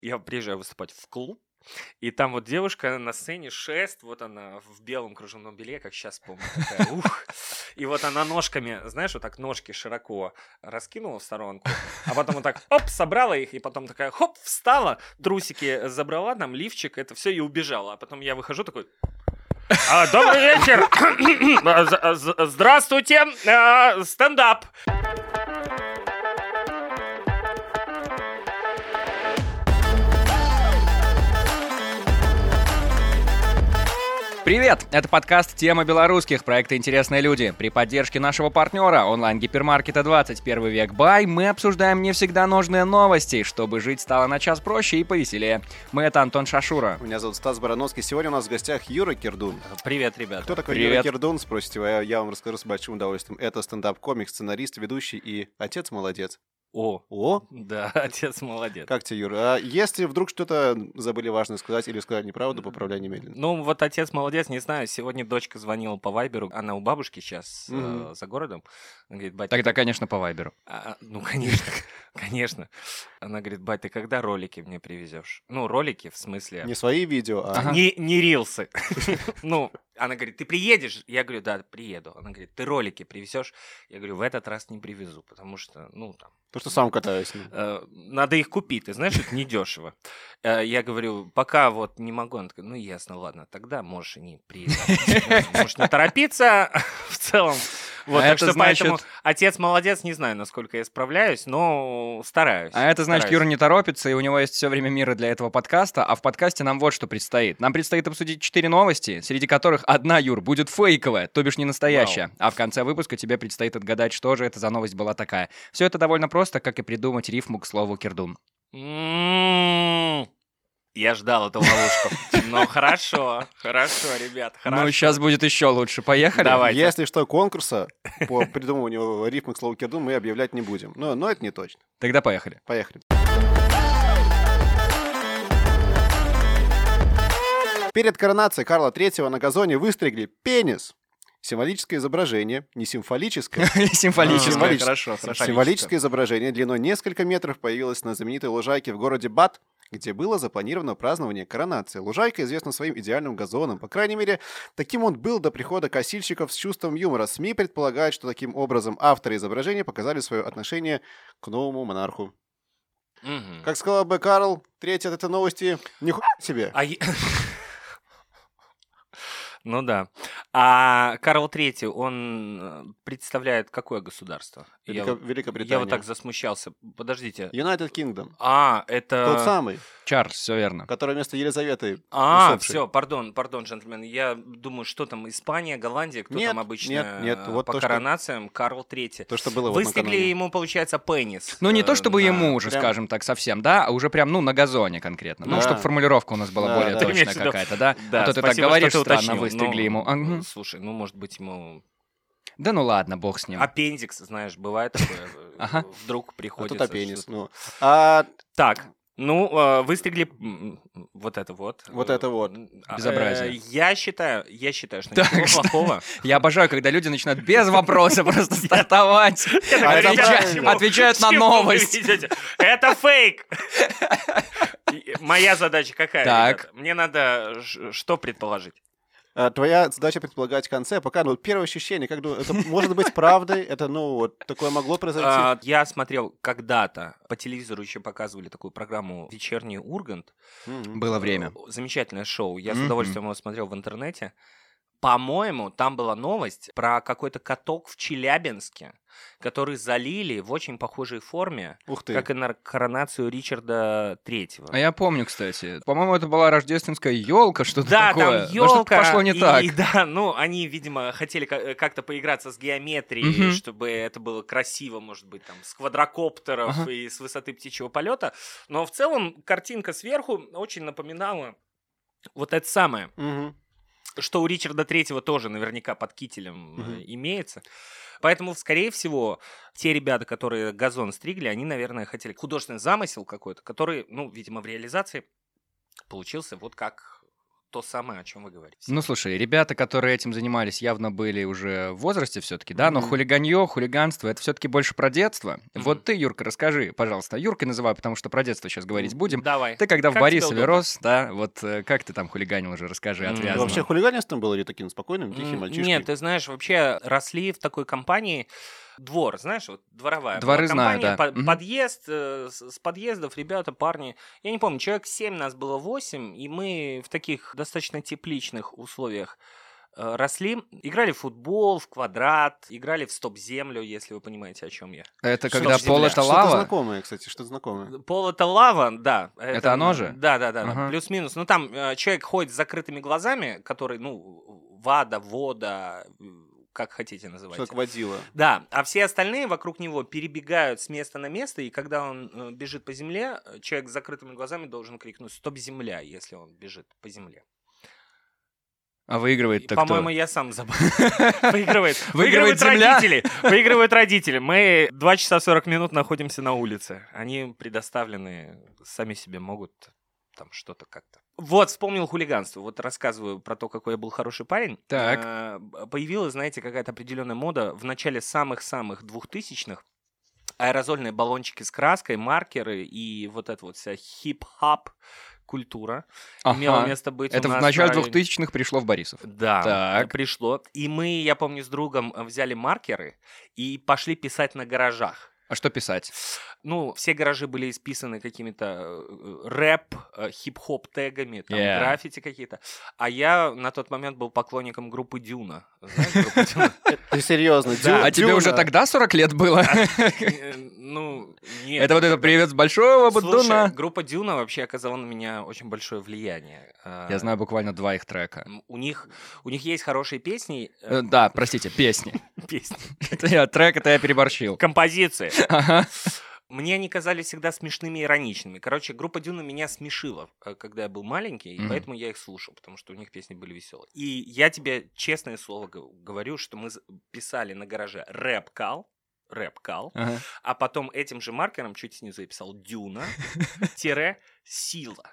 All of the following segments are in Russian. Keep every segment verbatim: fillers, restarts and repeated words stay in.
я приезжаю выступать в клуб, и там вот девушка на сцене, шест, вот она в белом кружевном белье, как сейчас помню, такая, ух. И вот она ножками, знаешь, вот так ножки широко раскинула в сторонку, а потом вот так, оп, собрала их, и потом такая, хоп, встала, трусики забрала, там, лифчик, это все, и убежала. А потом я выхожу такой... А, добрый вечер! Здравствуйте! А, стендап! Привет! Это подкаст «Тема белорусских», проекта «Интересные люди». При поддержке нашего партнера онлайн-гипермаркета двадцать первый век Бай мы обсуждаем не всегда нужные новости, чтобы жить стало на час проще и повеселее. Мы — это Антон Шашура. Меня зовут Стас Барановский. Сегодня у нас в гостях Юра Кирдун. Привет, ребята. Кто такой Привет. Юра Кирдун, спросите вы, я, я вам расскажу с большим удовольствием. Это стендап-комик, сценарист, ведущий и отец молодец. О, О, да, отец молодец. как тебе, Юра? А если вдруг что-то забыли важное сказать или сказать неправду, поправляй немедленно. Ну, вот отец молодец, не знаю, сегодня дочка звонила по вайберу, она у бабушки сейчас Мгм. э, за городом. Она говорит, бать, Тогда, конечно, по вайберу. а, ну, конечно, конечно. Она говорит, бать, ты когда ролики мне привезешь? Ну, ролики, в смысле... Не свои видео, а... Ага. Не, не рилсы. Ну, она говорит, ты приедешь? Я говорю, да, приеду. Она говорит, ты ролики привезешь? Я говорю, в этот раз не привезу, потому что, ну, там... То, что сам катаюсь. ну. э, Надо их купить, ты знаешь, это недешево. Э, Я говорю, пока вот не могу. Она такая, ну, ясно, ладно, тогда можешь и не приезжать. Можешь не торопиться в целом. Вот, А так это что значит- поэтому отец молодец, не знаю, насколько я справляюсь, но стараюсь. А это значит, стараюсь. Юра не торопится, и у него есть все время мира для этого подкаста, а в подкасте нам вот что предстоит. Нам предстоит обсудить четыре новости, среди которых одна, Юр, будет фейковая, то бишь не настоящая. А в конце выпуска тебе предстоит отгадать, что же это за новость была такая. Все это довольно просто, как и придумать рифму к слову «кирдун». М-м-м. Я ждал эту ловушку. Ну, хорошо, хорошо, ребят, хорошо. Ну, сейчас будет еще лучше. Поехали? Давай. Давайте. Если что, конкурса по придумыванию рифмы к слову Кирдун мы объявлять не будем. Но, но это не точно. Тогда поехали. Поехали. Перед коронацией Карла Третьего на газоне выстригли пенис. Символическое изображение, не симфолическое, Символическое. Символическое. Хорошо, хорошо. символическое изображение длиной несколько метров появилось на знаменитой лужайке в городе Бат, где было запланировано празднование коронации. Лужайка известна своим идеальным газоном. По крайней мере, таким он был до прихода косильщиков с чувством юмора. СМИ предполагают, что таким образом авторы изображения показали свое отношение к новому монарху. Мгм. Как сказал бы Карл Третий от этой новости, нихуя себе. А я- Ну да. А Карл Третий, он э, представляет какое государство? Я Велико- вот- Великобритания. Я вот так засмущался. Подождите. United Kingdom. А, это... Тот самый, Чарльз, все верно. который вместо Елизаветы А, усопшей. все, пардон, пардон, джентльмен. Я думаю, что там, Испания, Голландия, кто Нет, там обычно нет, нет, э, вот по то, что- коронациям? Карл Третий. То, что было вот Выстригли накануне. ему, получается, пенис. Ну, не э, то чтобы на- ему уже, прям- скажем так, совсем, да, а уже прям, ну, на газоне конкретно. Ну, Да. чтобы формулировка у нас была Да, более да. Ты точная имеешь в виду- какая-то, да? Да, а то ты так спасибо, говоришь что ты странно, уточнил. выстригли Ну, ему. Ага. Слушай, ну, может быть, ему... Да ну ладно, бог с ним. Аппендикс, знаешь, бывает такое. э, Ага. Вдруг А приходится... тут апенис. что-то- Ну. А Так, ну, э, выстригли м, м, вот это вот. Вот это вот. А, Безобразие. э, Я считаю, я считаю, что Так, ничего что- плохого. Я обожаю, когда люди начинают без вопроса просто стартовать. А это Отвеча- правильно. Отвечают на К чему вы новость. ведете? Это фейк! И Моя задача какая, Так. ребята? Мне надо ш- что предположить? а, твоя задача предполагать в конце, пока, ну, вот первое ощущение, как думаю, это может быть правдой, это, ну, вот, такое могло произойти. А, Я смотрел когда-то, по телевизору еще показывали такую программу «Вечерний Ургант». Мгм. Было время. Э, Замечательное шоу. Я с Мгм. удовольствием его смотрел в интернете. По-моему, там была новость про какой-то каток в Челябинске, который залили в очень похожей форме, Ух ты. как и на коронацию Ричарда Третьего. А я помню, кстати. По-моему, это была рождественская елка, что-то Да, такое. там Но что-то елка. пошло не и, так. и да, ну, они, видимо, хотели ка- как-то поиграться с геометрией, Мгм. чтобы это было красиво, может быть, там, с квадрокоптеров Ага. и с высоты птичьего полета. Но в целом картинка сверху очень напоминала вот это самое, Мгм. что у Ричарда Третьего тоже наверняка под кителем э, Мгм. имеется. Поэтому, скорее всего, те ребята, которые газон стригли, они, наверное, хотели художественный замысел какой-то, который, ну, видимо, в реализации получился вот как то самое, о чем вы говорите. Ну, слушай, ребята, которые этим занимались, явно были уже в возрасте все-таки, да, но Мгм. хулиганье, хулиганство, это все-таки больше про детство. Мгм. Вот ты, Юрка, расскажи, пожалуйста. Юркой называю, потому что про детство сейчас говорить будем. Давай. Ты когда в Как тебе Борисове удобно? рос, да, вот э, как ты там хулиганил уже, расскажи, М, отвязно. Ты вообще хулиганистом был или таким спокойным, М, тихим мальчишкой? Нет, ты знаешь, вообще росли в такой компании. Двор, знаешь, вот дворовая. была Дворы знаю, компания, да. по- Мгм. Подъезд, э, с с подъездов ребята, парни. Я не помню, человек семь, нас было восемь, и мы в таких достаточно тепличных условиях э, росли. Играли в футбол, в квадрат, играли в стоп-землю, если вы понимаете, о чем я. Это Что когда ж, пол земля? это Что-то лава? знакомое, кстати, что-то знакомое. Пол это лава, да. Это оно же? Да, да, да, да, Ага. плюс-минус. Ну там э, человек ходит с закрытыми глазами, который, ну, вада, вода, э, как хотите называть. Что-то водила. Да, а все остальные вокруг него перебегают с места на место, и когда он э, бежит по земле, э, человек с закрытыми глазами должен крикнуть «Стоп, земля!», если он бежит по земле. А выигрывает И, так По-моему, кто? я сам забыл. Выигрывает. Выигрывает Выигрывают земля? родители. Выигрывают родители. Мы два часа сорок минут находимся на улице. Они предоставлены, сами себе могут там что-то как-то. Вот, вспомнил хулиганство. Вот рассказываю про то, какой я был хороший парень. Так. Э, Появилась, знаете, какая-то определенная мода в начале самых-самых двухтысячных. Аэрозольные баллончики с краской, маркеры и вот эта вот вся хип-хап культура имела Ага. место быть. у Это в нас начале в районе. двухтысячных пришло в Борисов. Да, Так. пришло. И мы, я помню, с другом взяли маркеры и пошли писать на гаражах. А что писать? Ну, все гаражи были исписаны какими-то э, рэп, э, хип-хоп тегами, там, Yeah. граффити какие-то. А я на тот момент был поклонником группы Дюна. Знаешь, группу Дюна? Ты серьезно? Да. Дю- А тебе Дюна. уже тогда сорок лет было? Э, Ну, нет. Это вот это «Привет с большого Слушай, Бадуна». группа Дюна вообще оказала на меня очень большое влияние. А, Я знаю буквально два их трека. м, У них, у них есть хорошие песни. Э, э, Да, простите, песни. Песни. Это я- Трек это я переборщил. Композиции. Ага. Мне они казались всегда смешными и ироничными. Короче, группа Дюна меня смешила, э, когда я был маленький, и Мгм. поэтому я их слушал, потому что у них песни были веселые. И я тебе честное слово г- говорю, что мы з- писали на гараже рэп-кал, рэп-кал, Ага. а потом этим же маркером чуть снизу я писал Дюна-сила.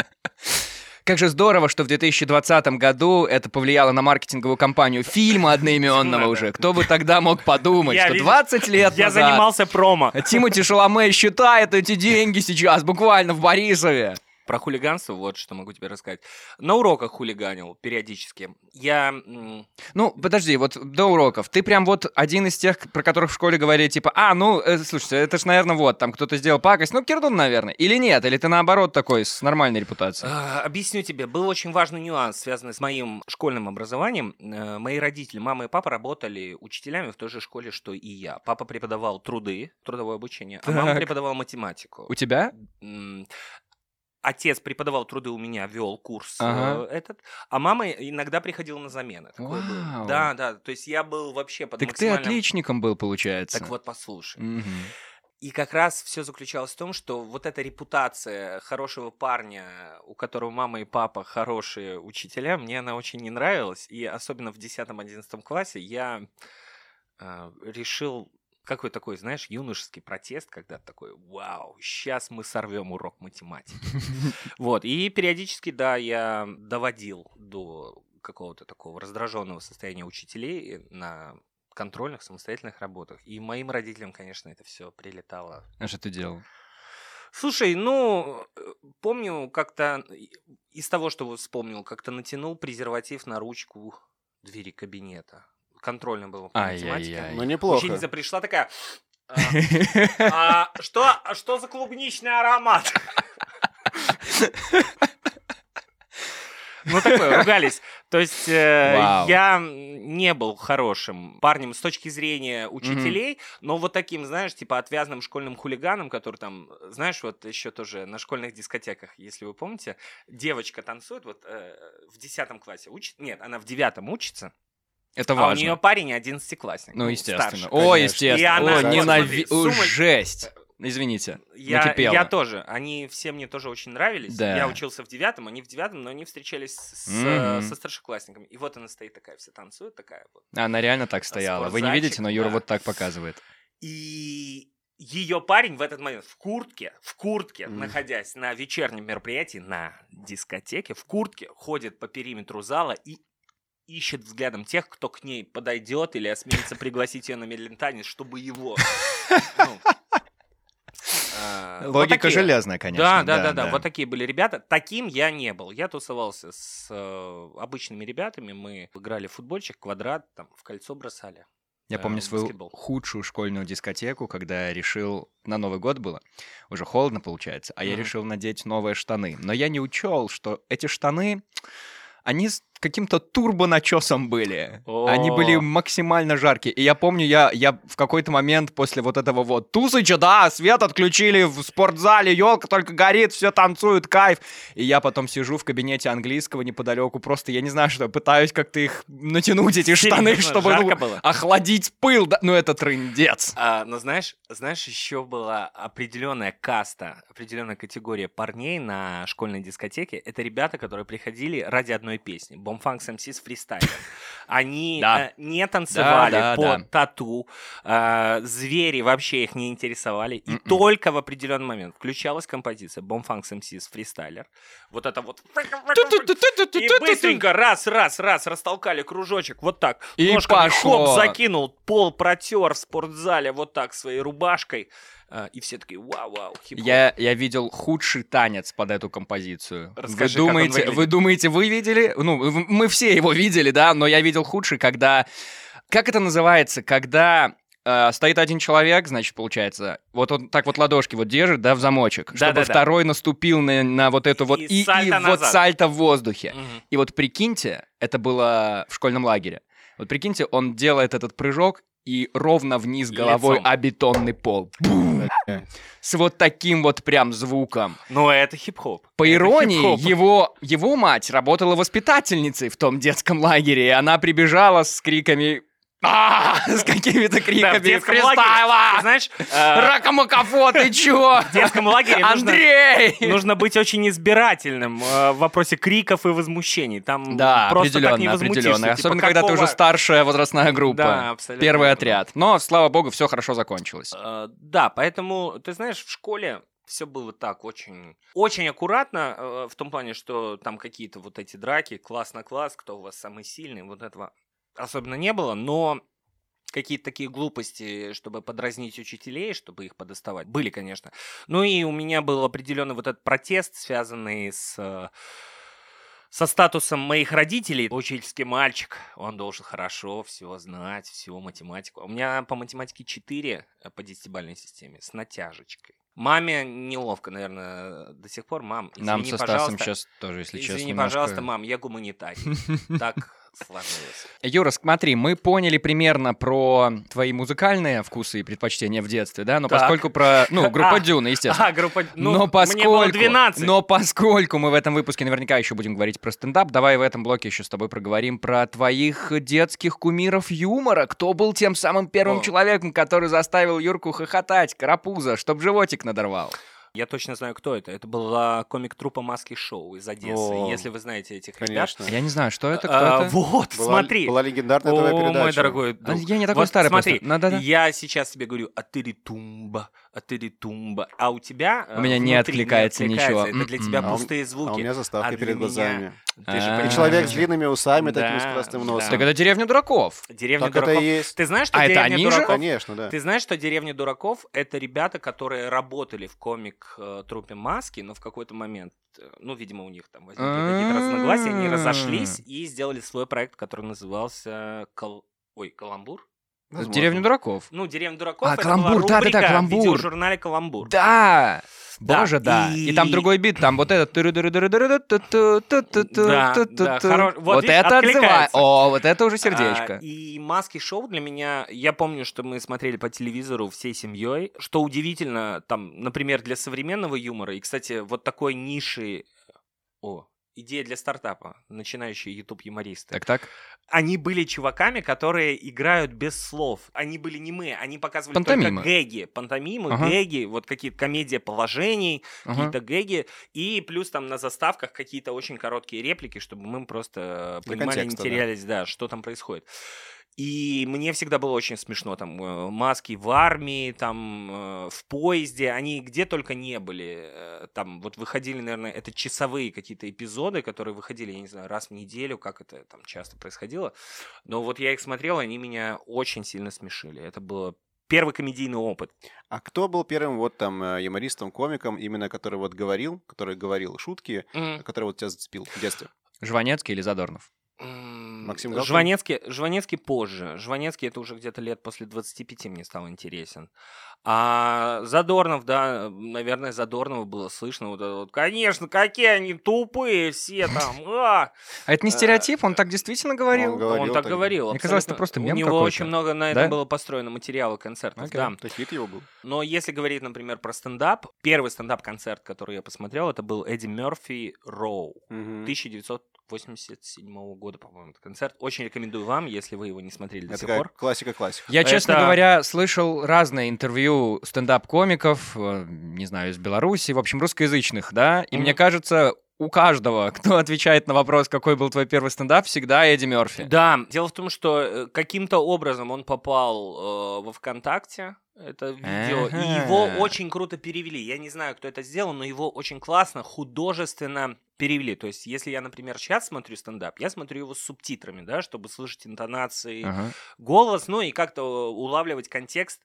Как же здорово, что в две тысячи двадцатом году это повлияло на маркетинговую кампанию фильма одноименного Да, уже. да. Кто бы тогда мог подумать, Я, что видишь, двадцать лет Я назад занимался промо. Тимоти Шаломе считает эти деньги сейчас буквально в Борисове. Про хулиганство, вот что могу тебе рассказать. На уроках хулиганил периодически. Я... м, Ну, подожди, вот до уроков. Ты прям вот один из тех, про которых в школе говорили, типа, а, ну, э, слушайте, это ж, наверное, вот, там кто-то сделал пакость. Ну, Кирдун, наверное. Или нет? Или ты, наоборот, такой, с нормальной репутацией? А, Объясню тебе. Был очень важный нюанс, связанный с моим школьным образованием. Э, Мои родители, мама и папа, работали учителями в той же школе, что и я. Папа преподавал труды, трудовое обучение, а мама Так. преподавала математику. У тебя? М, Отец преподавал труды у меня, вел курс Ага. э, этот, а мама иногда приходила на замены. Такое было. Вау. Да, да, то есть я был вообще под Так ты максимальным- отличником был, получается. Так вот, послушай. Мгм. И как раз все заключалось в том, что вот эта репутация хорошего парня, у которого мама и папа хорошие учителя, мне она очень не нравилась. И особенно в десятом-одиннадцатом классе я э, решил какой такой, знаешь, юношеский протест, когда такой, вау, сейчас мы сорвем урок математики. Вот, и периодически, да, я доводил до какого-то такого раздраженного состояния учителей на контрольных самостоятельных работах. И моим родителям, конечно, это все прилетало. А что ты делал? Слушай, ну, э, помню, как-то и- из того, что вот вспомнил, как-то натянул презерватив на ручку двери кабинета. Контрольно было по математике. Ай-яй-яй. Ну, неплохо. Ученица пришла такая, а, а что, а что за клубничный аромат? Ну, такое, ругались. То есть э, Вау. я не был хорошим парнем с точки зрения учителей, но вот таким, знаешь, типа отвязным школьным хулиганом, который там, знаешь, вот еще тоже на школьных дискотеках, если вы помните, девочка танцует, вот э, в десятом классе учит, нет, она в девятом учится, Это а важно. у нее парень одиннадцатиклассник. Ну, естественно. старший. О, конечно. естественно. И она- О, вот ненави... смотри, О, сумма- жесть. Извините, Я, накипело. я тоже. Они все мне тоже очень нравились. Да. Я учился в девятом, они в девятом, но они встречались с, Мгм. со старшеклассниками. И вот она стоит такая, вся танцует такая вот. Она реально так стояла. Вы не Спортзальчик, видите, но Юра да. вот так показывает. И ее парень в этот момент в куртке, в куртке, Мгм. находясь на вечернем мероприятии, на дискотеке в куртке ходит по периметру зала и ищет взглядом тех, кто к ней подойдет или осмелится пригласить ее на медленный танец, чтобы его... ну, а, вот Логика такие. железная, конечно. Да, да, да, да, вот такие были ребята. Таким я не был. Я тусовался с э, обычными ребятами. Мы играли в футбольчик, квадрат, там в кольцо бросали. Я э, помню свою баскетбол. худшую школьную дискотеку, когда я решил... На Новый год было. Уже холодно, получается. А я Мгм. решил надеть новые штаны. Но я не учел, что эти штаны... Они с каким-то турбоначесом были. О. Они были максимально жаркие. И я помню, я, я в какой-то момент после вот этого вот Тусыча, да, свет отключили в спортзале, елка только горит, все танцуют, кайф. И я потом сижу в кабинете английского неподалеку, просто, я не знаю, что, пытаюсь как-то их натянуть, эти штаны, Серьезно, чтобы ну, жарко было? охладить пыл. Да, ну это трындец. А, но знаешь, знаешь, еще была определенная каста, определенная категория парней на школьной дискотеке. Это ребята, которые приходили ради одной песни. Бомфанкс эм сис фристайлер. Они Да. э, не танцевали Да, да, по да. тату, э, звери вообще их не интересовали. И Мгм. только в определенный момент включалась композиция Бомфанкс эм сис фристайлер. Вот это вот. И быстренько раз, раз, раз растолкали кружочек, вот так. И Ножками пошло. хоп, закинул, пол протер в спортзале вот так своей рубашкой. а, И все такие, вау-вау, хип-хоп. Я, я видел худший танец под эту композицию. Расскажи, вы, как он думаете, выглядит. вы думаете, вы видели? Ну, в- мы все его видели, да, но я видел худший, когда... Как это называется? Когда э, стоит один человек, значит, получается, вот он так вот ладошки вот держит, да, в замочек, чтобы Да-да-да. второй наступил на, на вот эту вот... И И, и сальто вот назад. сальто в воздухе. Мгм. И вот прикиньте, это было в школьном лагере. Вот прикиньте, он делает этот прыжок и ровно вниз головой Лицом. о бетонный пол. Бум! С вот таким вот прям звуком. Ну, это хип-хоп. По Это иронии, хип-хоп. его, его мать работала воспитательницей в том детском лагере, и она прибежала с криками... «А!» С какими-то Да, в криками детском лагере, ты фристайла! знаешь, э, Ракамакафо, ты чё? в детском лагере нужно, Андрей! нужно быть очень избирательным э, в вопросе криков и возмущений. Там Да, просто так не определенно, возмутишься. определенно. Типа, Особенно, когда ты какого- уже старшая возрастная группа. Да, абсолютно Первый верно. отряд. Но, слава богу, все хорошо закончилось. Э, Да, поэтому, ты знаешь, в школе все было так очень, очень аккуратно, э, в том плане, что там какие-то вот эти драки, класс на класс, кто у вас самый сильный, вот этого особенно не было, но какие-то такие глупости, чтобы подразнить учителей, чтобы их подоставать, были, конечно. Ну и у меня был определенный вот этот протест, связанный с... э, со статусом моих родителей. Учительский мальчик, он должен хорошо все знать, всю математику. У меня по математике четыре по десятибалльной системе с натяжечкой. Маме неловко, наверное, до сих пор. Мам, извини, Нам со Стасом пожалуйста. сейчас тоже, если честно, Извини, немножко- пожалуйста, мам, я гуманитарий. Так сложилось. Юра, смотри, мы поняли примерно про твои музыкальные вкусы и предпочтения в детстве, да? Но Так. поскольку про... Ну, группа А, Дюна, естественно. А, группа... Ну, но мне было поскольку, двенадцать. но поскольку мы в этом выпуске наверняка еще будем говорить про стендап, давай в этом блоке еще с тобой проговорим про твоих детских кумиров юмора. Кто был тем самым первым О. человеком, который заставил Юрку хохотать, Карапуза, чтоб животик надорвал? Я точно знаю, кто это. Это была комик-труппа «Маски Шоу» из Одессы. О, Если вы знаете этих ребят. Конечно. Я не знаю, что это, кто А, это? Вот, Была, смотри. была легендарная О, ТВ-передача. мой дорогой А, друг. Я не такой Вот старый смотри, просто. Да-да-да. я сейчас тебе говорю «Атыри-тумба», «Атыри-тумба», а у тебя У меня э, не внутри откликается ничего. Это для М-м. тебя А у- пустые А у звуки. меня заставка А для перед меня- глазами. Ты же А. И понимаешь. человек с длинными усами, Да, таким с красным да. носом. Так это «Деревня дураков». Деревня Так это дураков. и есть. Ты знаешь, что А это деревня они же? дураков? Конечно, да. Ты знаешь, что «Деревня дураков» — это ребята, которые работали в комик-труппе «Маски», но в какой-то момент, э, ну, видимо, у них там возникли какие-то разногласия, они разошлись и сделали свой проект, который назывался Кал... Ой, «Каламбур»? Возможно. «Деревня дураков». Ну, «Деревня дураков» А, это «Каламбур», была да-да-да, рубрика «Каламбур». в видеожурнале «Каламбур». Да! Да, Боже, да. и- И там другой бит, там вот этот... Да, да, хорош- вот Вот видишь, это отзывает. откликается. О, вот это уже А, сердечко. и «Маски Шоу» для меня... Я помню, что мы смотрели по телевизору всей семьей. Что удивительно, там, например, для современного юмора, и, кстати, вот такой ниши... О, идея для стартапа, начинающие YouTube-юмористы. Так-так. Они были чуваками, которые играют без слов. Они были немые, они показывали Пантомимы. только гэги. Пантомимы, Ага. гэги, вот какие-то комедия положений, Ага. какие-то гэги. И плюс там на заставках какие-то очень короткие реплики, чтобы мы просто Для понимали, контекста, не терялись, да. что там происходит. И мне всегда было очень смешно, там, э, маски в армии, там, э, в поезде, они где только не были, э, там, вот выходили, наверное, это часовые какие-то эпизоды, которые выходили, я не знаю, раз в неделю, как это там часто происходило, но вот я их смотрел, они меня очень сильно смешили, это было первый комедийный опыт. А кто был первым вот там э, юмористом, комиком, именно который вот говорил, который говорил шутки, Мгм. который вот тебя зацепил в детстве? Жванецкий или Задорнов? М, Максим Галкин? Жванецкий, Жванецкий позже. Жванецкий это уже где-то лет после двадцати пяти мне стал интересен. А Задорнов, да, наверное, Задорнова было слышно. Вот это вот, конечно, какие они тупые все там. а!» А это не стереотип? Он так действительно говорил? Он говорил Он так так. говорил. Мне казалось, это абсолютно. просто У мем него какой-то. очень много на этом Да? было построено материалов, концертов, Окей. да. Это хит его был. Но если говорить, например, про стендап, первый стендап-концерт, который я посмотрел, это был Эдди Мерфи «Роу». Мгм. тысяча девятьсот восемьдесят седьмого года, по-моему, этот концерт. Очень рекомендую вам, если вы его не смотрели до Это сих такая пор. классика-классика. Я, честно Это- говоря, слышал разные интервью стендап-комиков, э, не знаю, из Беларуси, в общем, русскоязычных, да, и Мгм. мне кажется, у каждого, кто отвечает на вопрос, какой был твой первый стендап, всегда Эдди Мерфи. Да, дело в том, что э, каким-то образом он попал э, во ВКонтакте, это видео, Ага. и его очень круто перевели. Я не знаю, кто это сделал, но его очень классно, художественно перевели. То есть, если я, например, сейчас смотрю стендап, я смотрю его с субтитрами, да, чтобы слышать интонации, Ага. голос, ну и как-то улавливать контекст.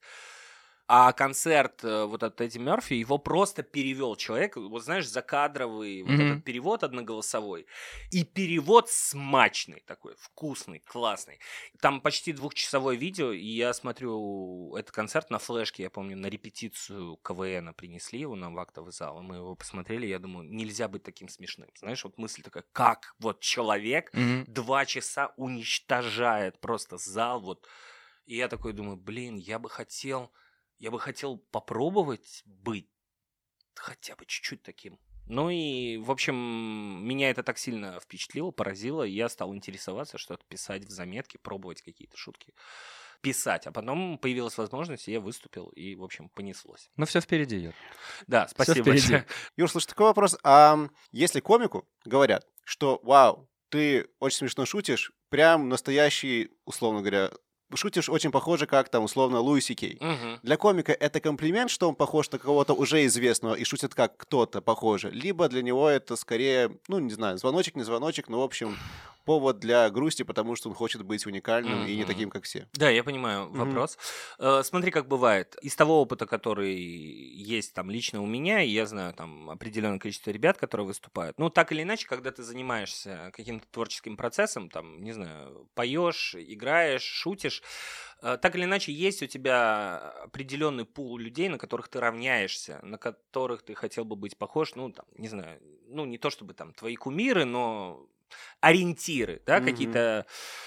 А концерт э, вот от Эдди Мерфи, его просто перевел человек, вот знаешь, закадровый вот Мгм. этот перевод одноголосовой. И перевод смачный такой, вкусный, классный. Там почти двухчасовое видео, и я смотрю этот концерт на флешке, я помню, на репетицию КВН принесли его нам в актовый зал, и мы его посмотрели, я думаю, нельзя быть таким смешным. Знаешь, вот мысль такая, как вот человек Мгм. два часа уничтожает просто зал, вот. И я такой думаю, блин, я бы хотел... Я бы хотел попробовать быть хотя бы чуть-чуть таким. Ну и, в общем, меня это так сильно впечатлило, поразило, и я стал интересоваться, что-то писать в заметки, пробовать какие-то шутки писать. А потом появилась возможность, и я выступил, и, в общем, понеслось. Ну, все впереди, Юр. Да, спасибо впереди. большое. Юр, слушай, такой вопрос. А если комику говорят, что вау, ты очень смешно шутишь, прям настоящий, условно говоря, шутишь очень похоже, как там, условно, Луи Си Кей. Мгм. Для комика это комплимент, что он похож на кого-то уже известного и шутит как кто-то похоже, либо для него это скорее, ну, не знаю, звоночек, не звоночек, но, в общем, повод для грусти, потому что он хочет быть уникальным и не Мгм. таким, как все. Да, я понимаю Мгм. вопрос. Э, Смотри, как бывает. Из того опыта, который есть там лично у меня, и я знаю там определенное количество ребят, которые выступают. Ну, так или иначе, когда ты занимаешься каким-то творческим процессом, там, не знаю, поешь, играешь, шутишь, э, так или иначе, есть у тебя определенный пул людей, на которых ты равняешься, на которых ты хотел бы быть похож, ну, там, не знаю, ну, не то чтобы там твои кумиры, но ориентиры, да, Мгм. какие-то...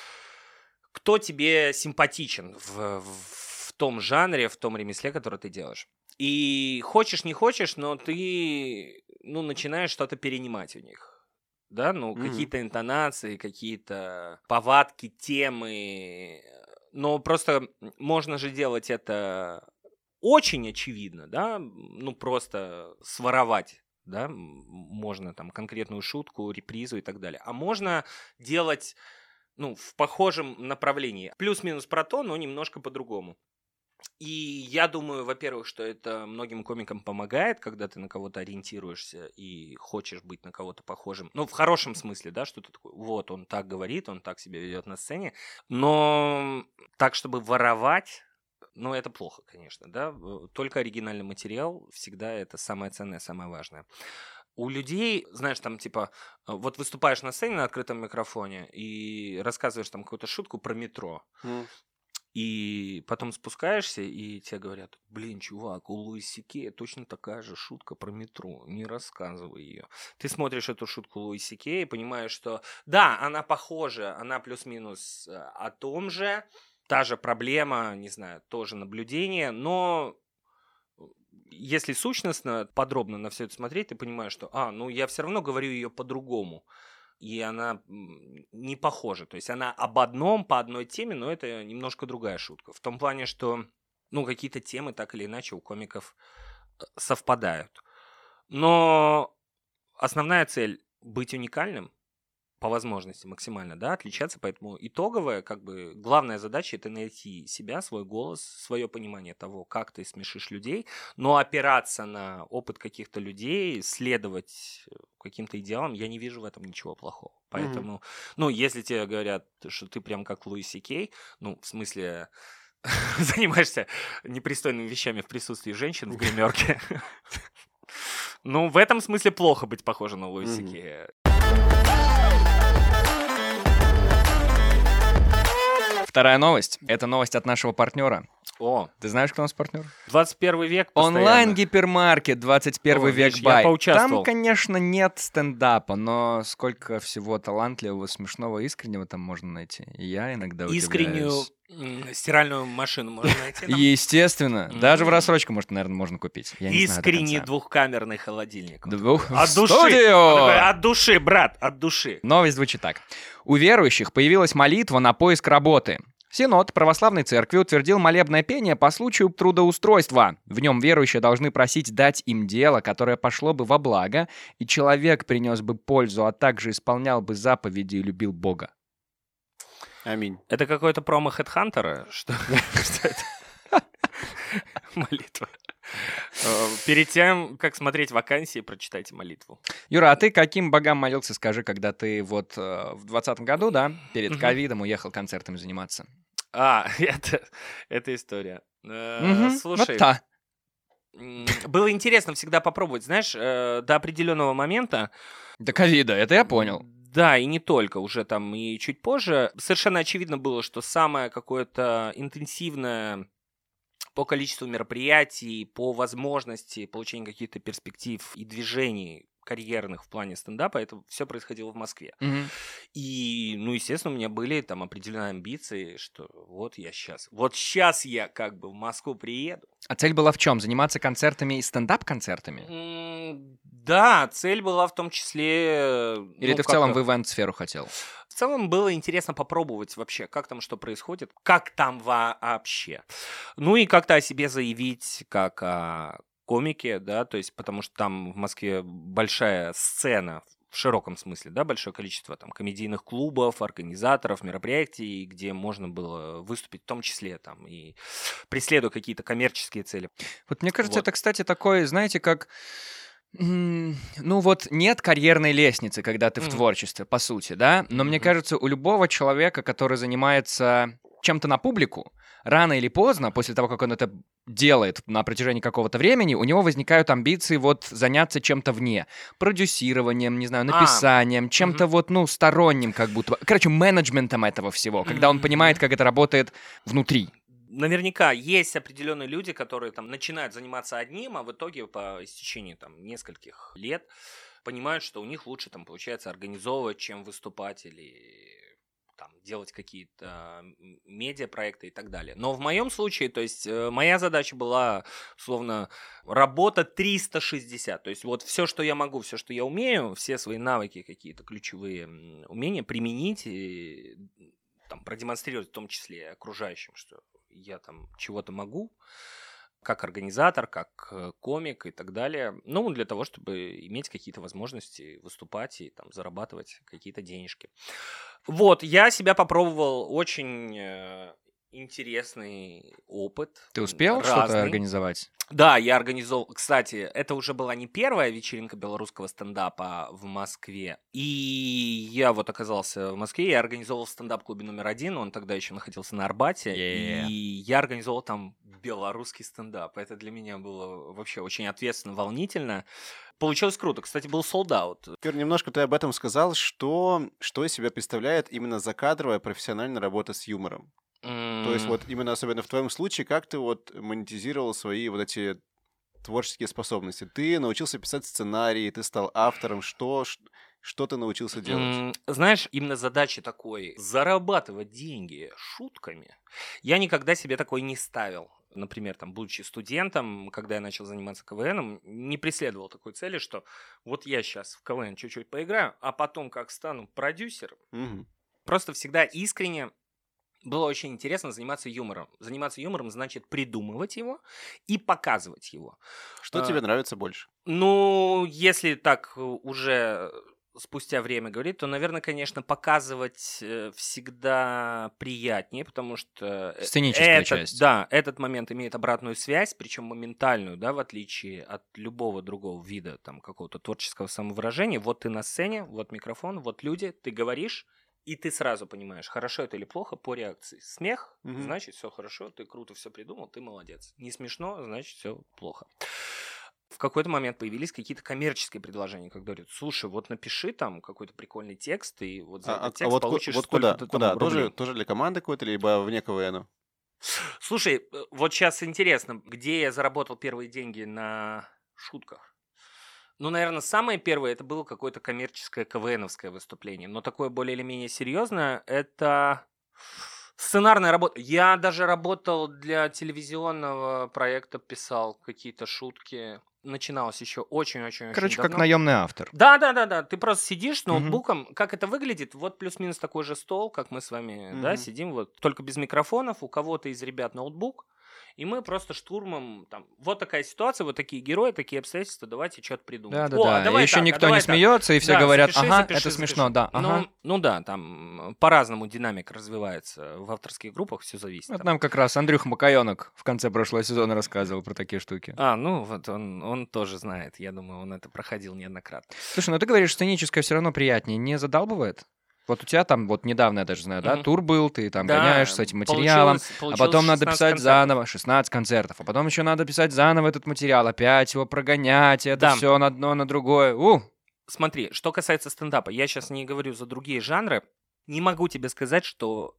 Кто тебе симпатичен в, в том жанре, в том ремесле, которое ты делаешь. И хочешь, не хочешь, но ты, ну, начинаешь что-то перенимать у них. Да, ну, Мгм. какие-то интонации, какие-то повадки, темы. Но просто можно же делать это очень очевидно, да, ну, просто своровать. Да, м, можно там конкретную шутку, репризу и так далее. А можно делать, ну, в похожем направлении. Плюс-минус про то, но немножко по-другому. И я думаю, во-первых, что это многим комикам помогает, когда ты на кого-то ориентируешься и хочешь быть на кого-то похожим. Ну, в хорошем смысле, да, что ты такой, вот, он так говорит, он так себя ведет на сцене. Но так, чтобы воровать... Ну, это плохо, конечно, да. Э, Только оригинальный материал всегда это самое ценное, самое важное. У людей, знаешь, там типа, э, вот выступаешь на сцене на открытом микрофоне и рассказываешь там какую-то шутку про метро, М. и потом спускаешься, и тебе говорят, блин, чувак, у Луи Си Кея точно такая же шутка про метро, не рассказывай ее. Ты смотришь эту шутку Луи Си Кея и понимаешь, что да, она похожа, она плюс-минус э, о том же, та же проблема, не знаю, тоже наблюдение, но если сущностно, подробно на все это смотреть, ты понимаешь, что, а, ну я все равно говорю ее по-другому, и она м, не похожа. То есть она об одном, по одной теме, но это немножко другая шутка. В том плане, что, ну, какие-то темы так или иначе у комиков э, совпадают. Но основная цель — быть уникальным, по возможности максимально, да, отличаться, поэтому итоговая, как бы, главная задача — это найти себя, свой голос, свое понимание того, как ты смешишь людей, но опираться на опыт каких-то людей, следовать каким-то идеалам, я не вижу в этом ничего плохого. Поэтому, mm-hmm. ну, если тебе говорят, что ты прям как Луи Си Кей, ну, в смысле, занимаешься непристойными вещами в присутствии женщин в гримерке, ну, в этом смысле плохо быть похожим на Луи Си Кея. Вторая новость. Это новость от нашего партнера. О, ты знаешь, кто у нас партнер? двадцать первый век постоянно. Онлайн-гипермаркет двадцать первый О, век бай. Там, конечно, нет стендапа, но сколько всего талантливого, смешного, искреннего там можно найти. И я иногда удивляюсь. Искреннюю стиральную машину можно найти? Естественно. Даже в рассрочку, может, наверное, можно купить. Искренний двухкамерный холодильник. Двух... От души. От души, брат, от души. Новость звучит так. У верующих появилась молитва на поиск работы. Синод Православной Церкви утвердил молебное пение по случаю трудоустройства. В нем верующие должны просить дать им дело, которое пошло бы во благо, и человек принес бы пользу, а также исполнял бы заповеди и любил Бога. Аминь. Это какой-то промо Хедхантера? Что это? Молитва. Перед тем, как смотреть вакансии, прочитайте молитву. Юра, а ты каким богам молился, скажи, когда ты вот в двадцатом году, да, перед ковидом уехал концертами заниматься? А, это, это история. Угу, Слушай, вот та. Было интересно всегда попробовать, знаешь, до определенного момента. До ковида, это я понял. Да, и не только, уже там и чуть позже. Совершенно очевидно было, что самое какое-то интенсивное по количеству мероприятий, по возможности получения каких-то перспектив и движений карьерных в плане стендапа, это все происходило в Москве. Mm-hmm. И, ну, естественно, у меня были там определенные амбиции, что вот я сейчас, вот сейчас я как бы в Москву приеду. А цель была в чем? Заниматься концертами и стендап-концертами? Mm, да, цель была в том числе... Или ну, ты в целом в ивент-сферу хотел? В целом было интересно попробовать вообще, как там что происходит, как там вообще. Ну и как-то о себе заявить, как о комике, да, то есть потому что там в Москве большая сцена, в широком смысле, да, большое количество там комедийных клубов, организаторов, мероприятий, где можно было выступить, в том числе там и преследуя какие-то коммерческие цели. Вот мне кажется, вот. Это, кстати, такое, знаете, как... Ну вот нет карьерной лестницы, когда ты в mm. творчестве, по сути, да? Но mm-hmm. мне кажется, у любого человека, который занимается чем-то на публику, рано или поздно, после того, как он это делает на протяжении какого-то времени, у него возникают амбиции вот заняться чем-то вне. Продюсированием, не знаю, написанием, а, чем-то mm-hmm. вот, ну, сторонним как будто. Короче, менеджментом этого всего, когда mm-hmm. он понимает, как это работает внутри. Наверняка есть определенные люди, которые там начинают заниматься одним, а в итоге по истечении там нескольких лет понимают, что у них лучше там получается организовывать, чем выступать или там делать какие-то медиапроекты и так далее. Но в моем случае, то есть моя задача была, условно, работа триста шестьдесят. То есть вот все, что я могу, все, что я умею, все свои навыки, какие-то ключевые умения применить и там, продемонстрировать в том числе окружающим, что я там чего-то могу, как организатор, как комик и так далее. Ну, для того, чтобы иметь какие-то возможности выступать и там зарабатывать какие-то денежки. Вот, я себя попробовал очень э, интересный опыт. Ты успел разный. Что-то организовать? Да, я организовал... Кстати, это уже была не первая вечеринка белорусского стендапа в Москве. И я вот оказался в Москве, я организовал в стендап-клубе номер один, он тогда еще находился на Арбате. Yeah. И я организовал там белорусский стендап. Это для меня было вообще очень ответственно, волнительно. Получилось круто. Кстати, был солд-аут. Юр, немножко ты об этом сказал, что, что из себя представляет именно закадровая профессиональная работа с юмором. То есть вот именно особенно в твоем случае, как ты вот монетизировал свои вот эти творческие способности? Ты научился писать сценарии, ты стал автором, что, что ты научился делать? Знаешь, именно задача такой — зарабатывать деньги шутками. Я никогда себе такой не ставил. Например, там, будучи студентом, когда я начал заниматься КВНом, не преследовал такой цели, что вот я сейчас в КВН чуть-чуть поиграю, а потом как стану продюсером. Угу. Просто всегда искренне было очень интересно заниматься юмором. Заниматься юмором значит придумывать его и показывать его. Что а, тебе нравится больше? Ну, если так уже спустя время говорить, то, наверное, конечно, показывать э, всегда приятнее, потому что... э, Сценическая этот, часть. Да, этот момент имеет обратную связь, причем моментальную, да, в отличие от любого другого вида там какого-то творческого самовыражения. Вот ты на сцене, вот микрофон, вот люди, ты говоришь, и ты сразу понимаешь, хорошо это или плохо по реакции. Смех, Мгм. значит, все хорошо, ты круто все придумал, ты молодец. Не смешно, значит, все плохо. В какой-то момент появились какие-то коммерческие предложения, когда говорят, слушай, вот напиши там какой-то прикольный текст, и вот за А, а- этот а текст вот, ку- получишь вот куда? столько-то там Куда? Тоже, рублей. тоже для команды какой-то, либо вне КВН? Слушай, э, вот сейчас интересно, где я заработал первые деньги на шутках? Ну, наверное, самое первое, это было какое-то коммерческое КВНовское выступление, но такое более или менее серьезное, это сценарная работа. Я даже работал для телевизионного проекта, писал какие-то шутки. Начиналось еще очень-очень-очень Короче, как давно. наемный автор. Да, да, да, да. Ты просто сидишь с Мгм. ноутбуком. Как это выглядит? Вот плюс-минус такой же стол, как мы с вами, да, Мгм. сидим, вот только без микрофонов. У кого-то из ребят ноутбук. И мы просто штурмом там. Вот такая ситуация, вот такие герои, такие обстоятельства. Давайте что-то придумать. Да, да, О, а да. давай Еще так, а никто давай не так. смеется, и все Да, говорят, запиши, ага, запиши, это запиши. смешно, да, ага. Ну, ну да, там по-разному динамика развивается в авторских группах, все зависит. Вот там. нам как раз Андрюха Макаенок в конце прошлого сезона рассказывал про такие штуки. А, ну вот он, он тоже знает. Я думаю, он это проходил неоднократно. Слушай, ну ты говоришь, сценическое все равно приятнее, не задалбывает? Вот у тебя там, вот недавно я даже знаю, да, Мгм. тур был, ты там Да, гоняешь с этим материалом, получилось- а получилось потом надо шестнадцать писать концертов. заново шестнадцать концертов, а потом еще надо писать заново этот материал, опять его прогонять, это Да. все на одно, на другое. У! Смотри, что касается стендапа, я сейчас не говорю за другие жанры, не могу тебе сказать, что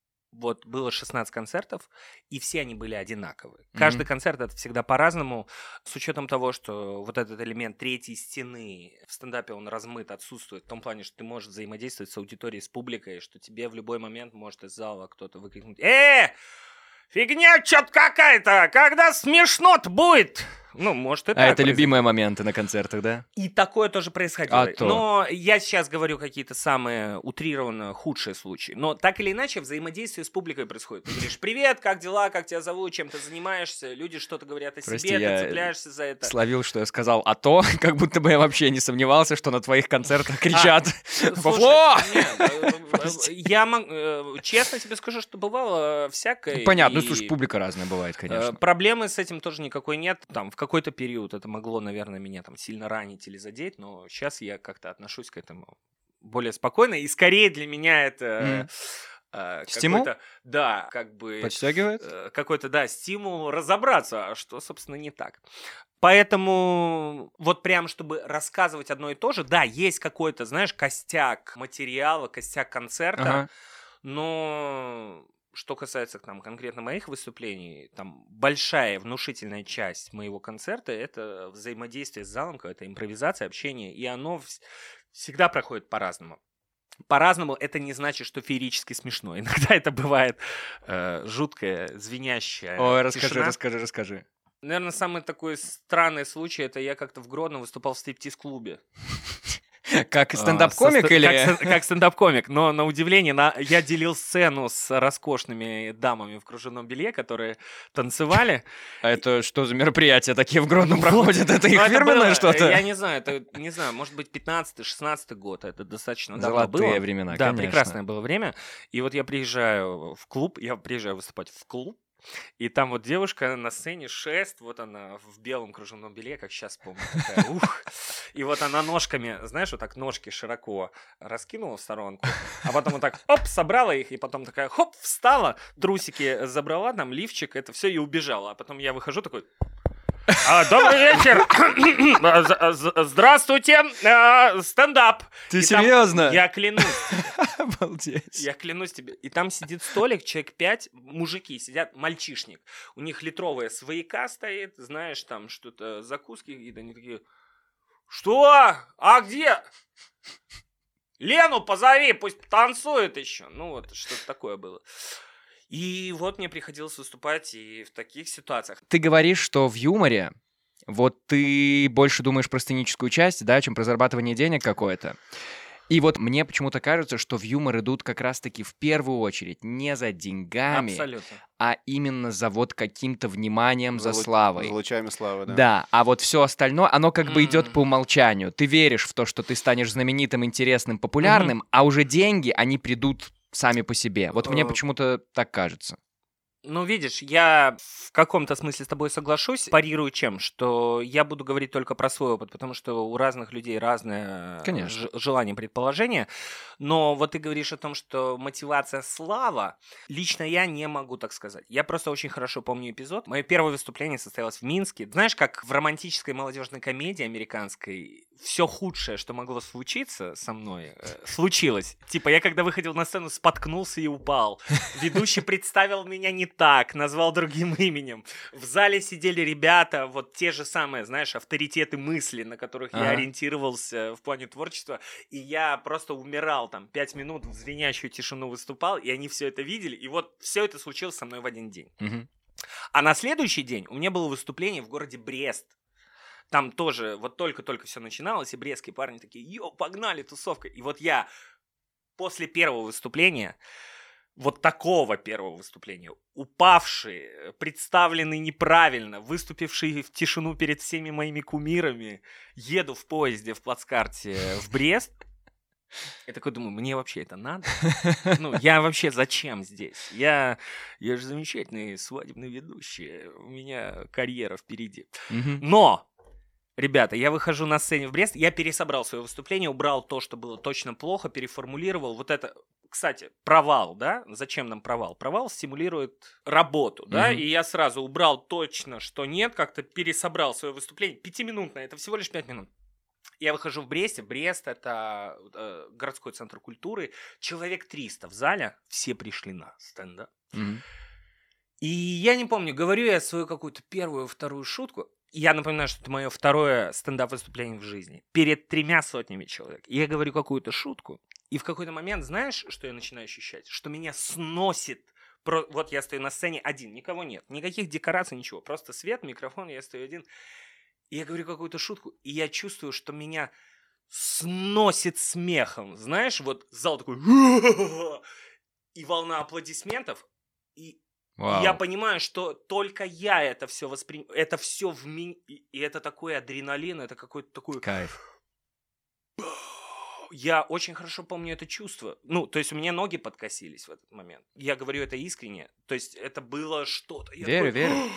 вот было шестнадцать концертов, и все они были одинаковые. Мгм. Каждый концерт это всегда по-разному, с учетом того, что вот этот элемент третьей стены в стендапе он размыт, отсутствует, в том плане, что ты можешь взаимодействовать с аудиторией, с публикой, что тебе в любой момент может из зала кто-то выкрикнуть: «Э, фигня чё-то какая-то, когда смешно-то будет!» Ну, может, и А так это произойдет. любимые моменты на концертах, да? И такое тоже происходило. А то. Но я сейчас говорю какие-то самые утрированно худшие случаи. Но так или иначе взаимодействие с публикой происходит. Ты говоришь: привет, как дела, как тебя зовут, чем ты занимаешься. Люди что-то говорят о Прости, себе, я ты цепляешься за это. Словил, что я сказал «а то», как будто бы я вообще не сомневался, что на твоих концертах кричат Слушай, «Во!» нет, э, э, Прости. я мог- э, честно тебе скажу, что бывало всякое. Понятно, и, ну, слушай, публика разная бывает, э, конечно. Проблемы с этим тоже никакой нет. Там в какой-то период это могло, наверное, меня там сильно ранить или задеть, но сейчас я как-то отношусь к этому более спокойно, и скорее для меня это Мгм. э, Стимул? какой-то, да, как бы Подстегивает? э, какой-то, да, стимул разобраться, а что, собственно, не так. Поэтому вот прям, чтобы рассказывать одно и то же, да, есть какой-то, знаешь, костяк материала, костяк концерта, Ага. но что касается там, конкретно моих выступлений, там большая внушительная часть моего концерта — это взаимодействие с залом, какая-то импровизация, общение, и оно вс- всегда проходит по-разному. По-разному это не значит, что феерически смешно. Иногда это бывает э, жуткая, звенящая Ой, расскажи, тишина. расскажи, расскажи. Наверное, самый такой странный случай — это я как-то в Гродно выступал в стриптиз-клубе. Как А, стендап-комик со ст- или... Как, стен- как стендап-комик, но на удивление на... я делил сцену с роскошными дамами в кружевном белье, которые танцевали. А это что за мероприятия такие в Гродно Вот. проходят? Это их Ну, фирменное было, что-то? Я не знаю, это, не знаю, может быть, пятнадцатый-шестнадцатый год, это достаточно давно Золотые было. времена, Да, конечно. прекрасное было время. И вот я приезжаю в клуб, я приезжаю выступать в клуб, и там вот девушка на сцене, шест, вот она в белом кружевном белье, как сейчас помню, такая, ух. И вот она ножками, знаешь, вот так ножки широко раскинула в сторонку, а потом вот так, оп, собрала их, и потом такая, хоп, встала, трусики забрала, там, лифчик, это все, и убежала. А потом я выхожу такой: «А, добрый вечер! А, з- з- Здравствуйте! А, Стендап!» Ты И там- серьезно? Я клянусь, Обалдеть. я клянусь тебе. И там сидит столик, человек пять, мужики сидят, мальчишник. У них литровая свояка стоит, знаешь, там что-то, закуски какие-то. Они такие: что? А где? Лену позови, пусть танцует еще. Ну вот, что-то такое было. И вот мне приходилось выступать и в таких ситуациях. Ты говоришь, что в юморе вот ты больше думаешь про сценическую часть, да, чем про зарабатывание денег какое-то. И вот мне почему-то кажется, что в юмор идут как раз-таки в первую очередь не за деньгами, Абсолютно. а именно за вот каким-то вниманием за, лу- славой. За лучами славы, да. Да, а вот все остальное, оно как бы идет М. по умолчанию. Ты веришь в то, что ты станешь знаменитым, интересным, популярным, а уже деньги, они придут сами по себе. Вот мне Э, почему-то так кажется. Ну, видишь, я в каком-то смысле с тобой соглашусь, парирую чем, что я буду говорить только про свой опыт, потому что у разных людей разное Конечно. ж- желание, предположение. Но вот ты говоришь о том, что мотивация слава, лично я не могу так сказать. Я просто очень хорошо помню эпизод. Мое первое выступление состоялось в Минске. Знаешь, как в романтической молодежной комедии американской все худшее, что могло случиться со мной, э, случилось. Типа я когда выходил на сцену, споткнулся и упал. Ведущий представил меня не так, назвал другим именем. В зале сидели ребята, вот те же самые, знаешь, авторитеты мысли, на которых я Ага. ориентировался в плане творчества. И я просто умирал там пять минут в звенящую тишину выступал, и они все это видели. И вот все это случилось со мной в один день. Мгм. А на следующий день у меня было выступление в городе Брест. Там тоже вот только-только все начиналось, и брестские парни такие: йо, погнали, тусовка. И вот я после первого выступления, вот такого первого выступления, упавший, представленный неправильно, выступивший в тишину перед всеми моими кумирами, еду в поезде в плацкарте в Брест. Я такой думаю, мне вообще это надо? Ну, я вообще зачем здесь? Я, я же замечательный свадебный ведущий, у меня карьера впереди. Мгм. Но, ребята, я выхожу на сцене в Брест, я пересобрал свое выступление, убрал то, что было точно плохо, переформулировал. Вот это, кстати, провал, да? Зачем нам провал? Провал стимулирует работу, да? Мгм. И я сразу убрал точно, что нет, как-то пересобрал свое выступление. Пятиминутное, это всего лишь пять минут. Я выхожу в Бресте. Брест — это э, городской центр культуры. Человек триста в зале, все пришли на стендап. Мгм. И я не помню, говорю я свою какую-то первую, вторую шутку. Я напоминаю, что это мое второе стендап-выступление в жизни. Перед тремя сотнями человек. И я говорю какую-то шутку. И в какой-то момент, знаешь, что я начинаю ощущать? Что меня сносит. Про... Вот я стою на сцене один, никого нет. Никаких декораций, ничего. Просто свет, микрофон, я стою один. И я говорю какую-то шутку. И я чувствую, что меня сносит смехом. Знаешь, вот зал такой... И волна аплодисментов. И Вау. я понимаю, что только я это все воспринимаю. Это все в меня. И это такой адреналин, это какой-то такой... Кайф. Я очень хорошо помню это чувство. Ну, то есть у меня ноги подкосились в этот момент. Я говорю это искренне. То есть это было что-то. Я Верю, такой... верю.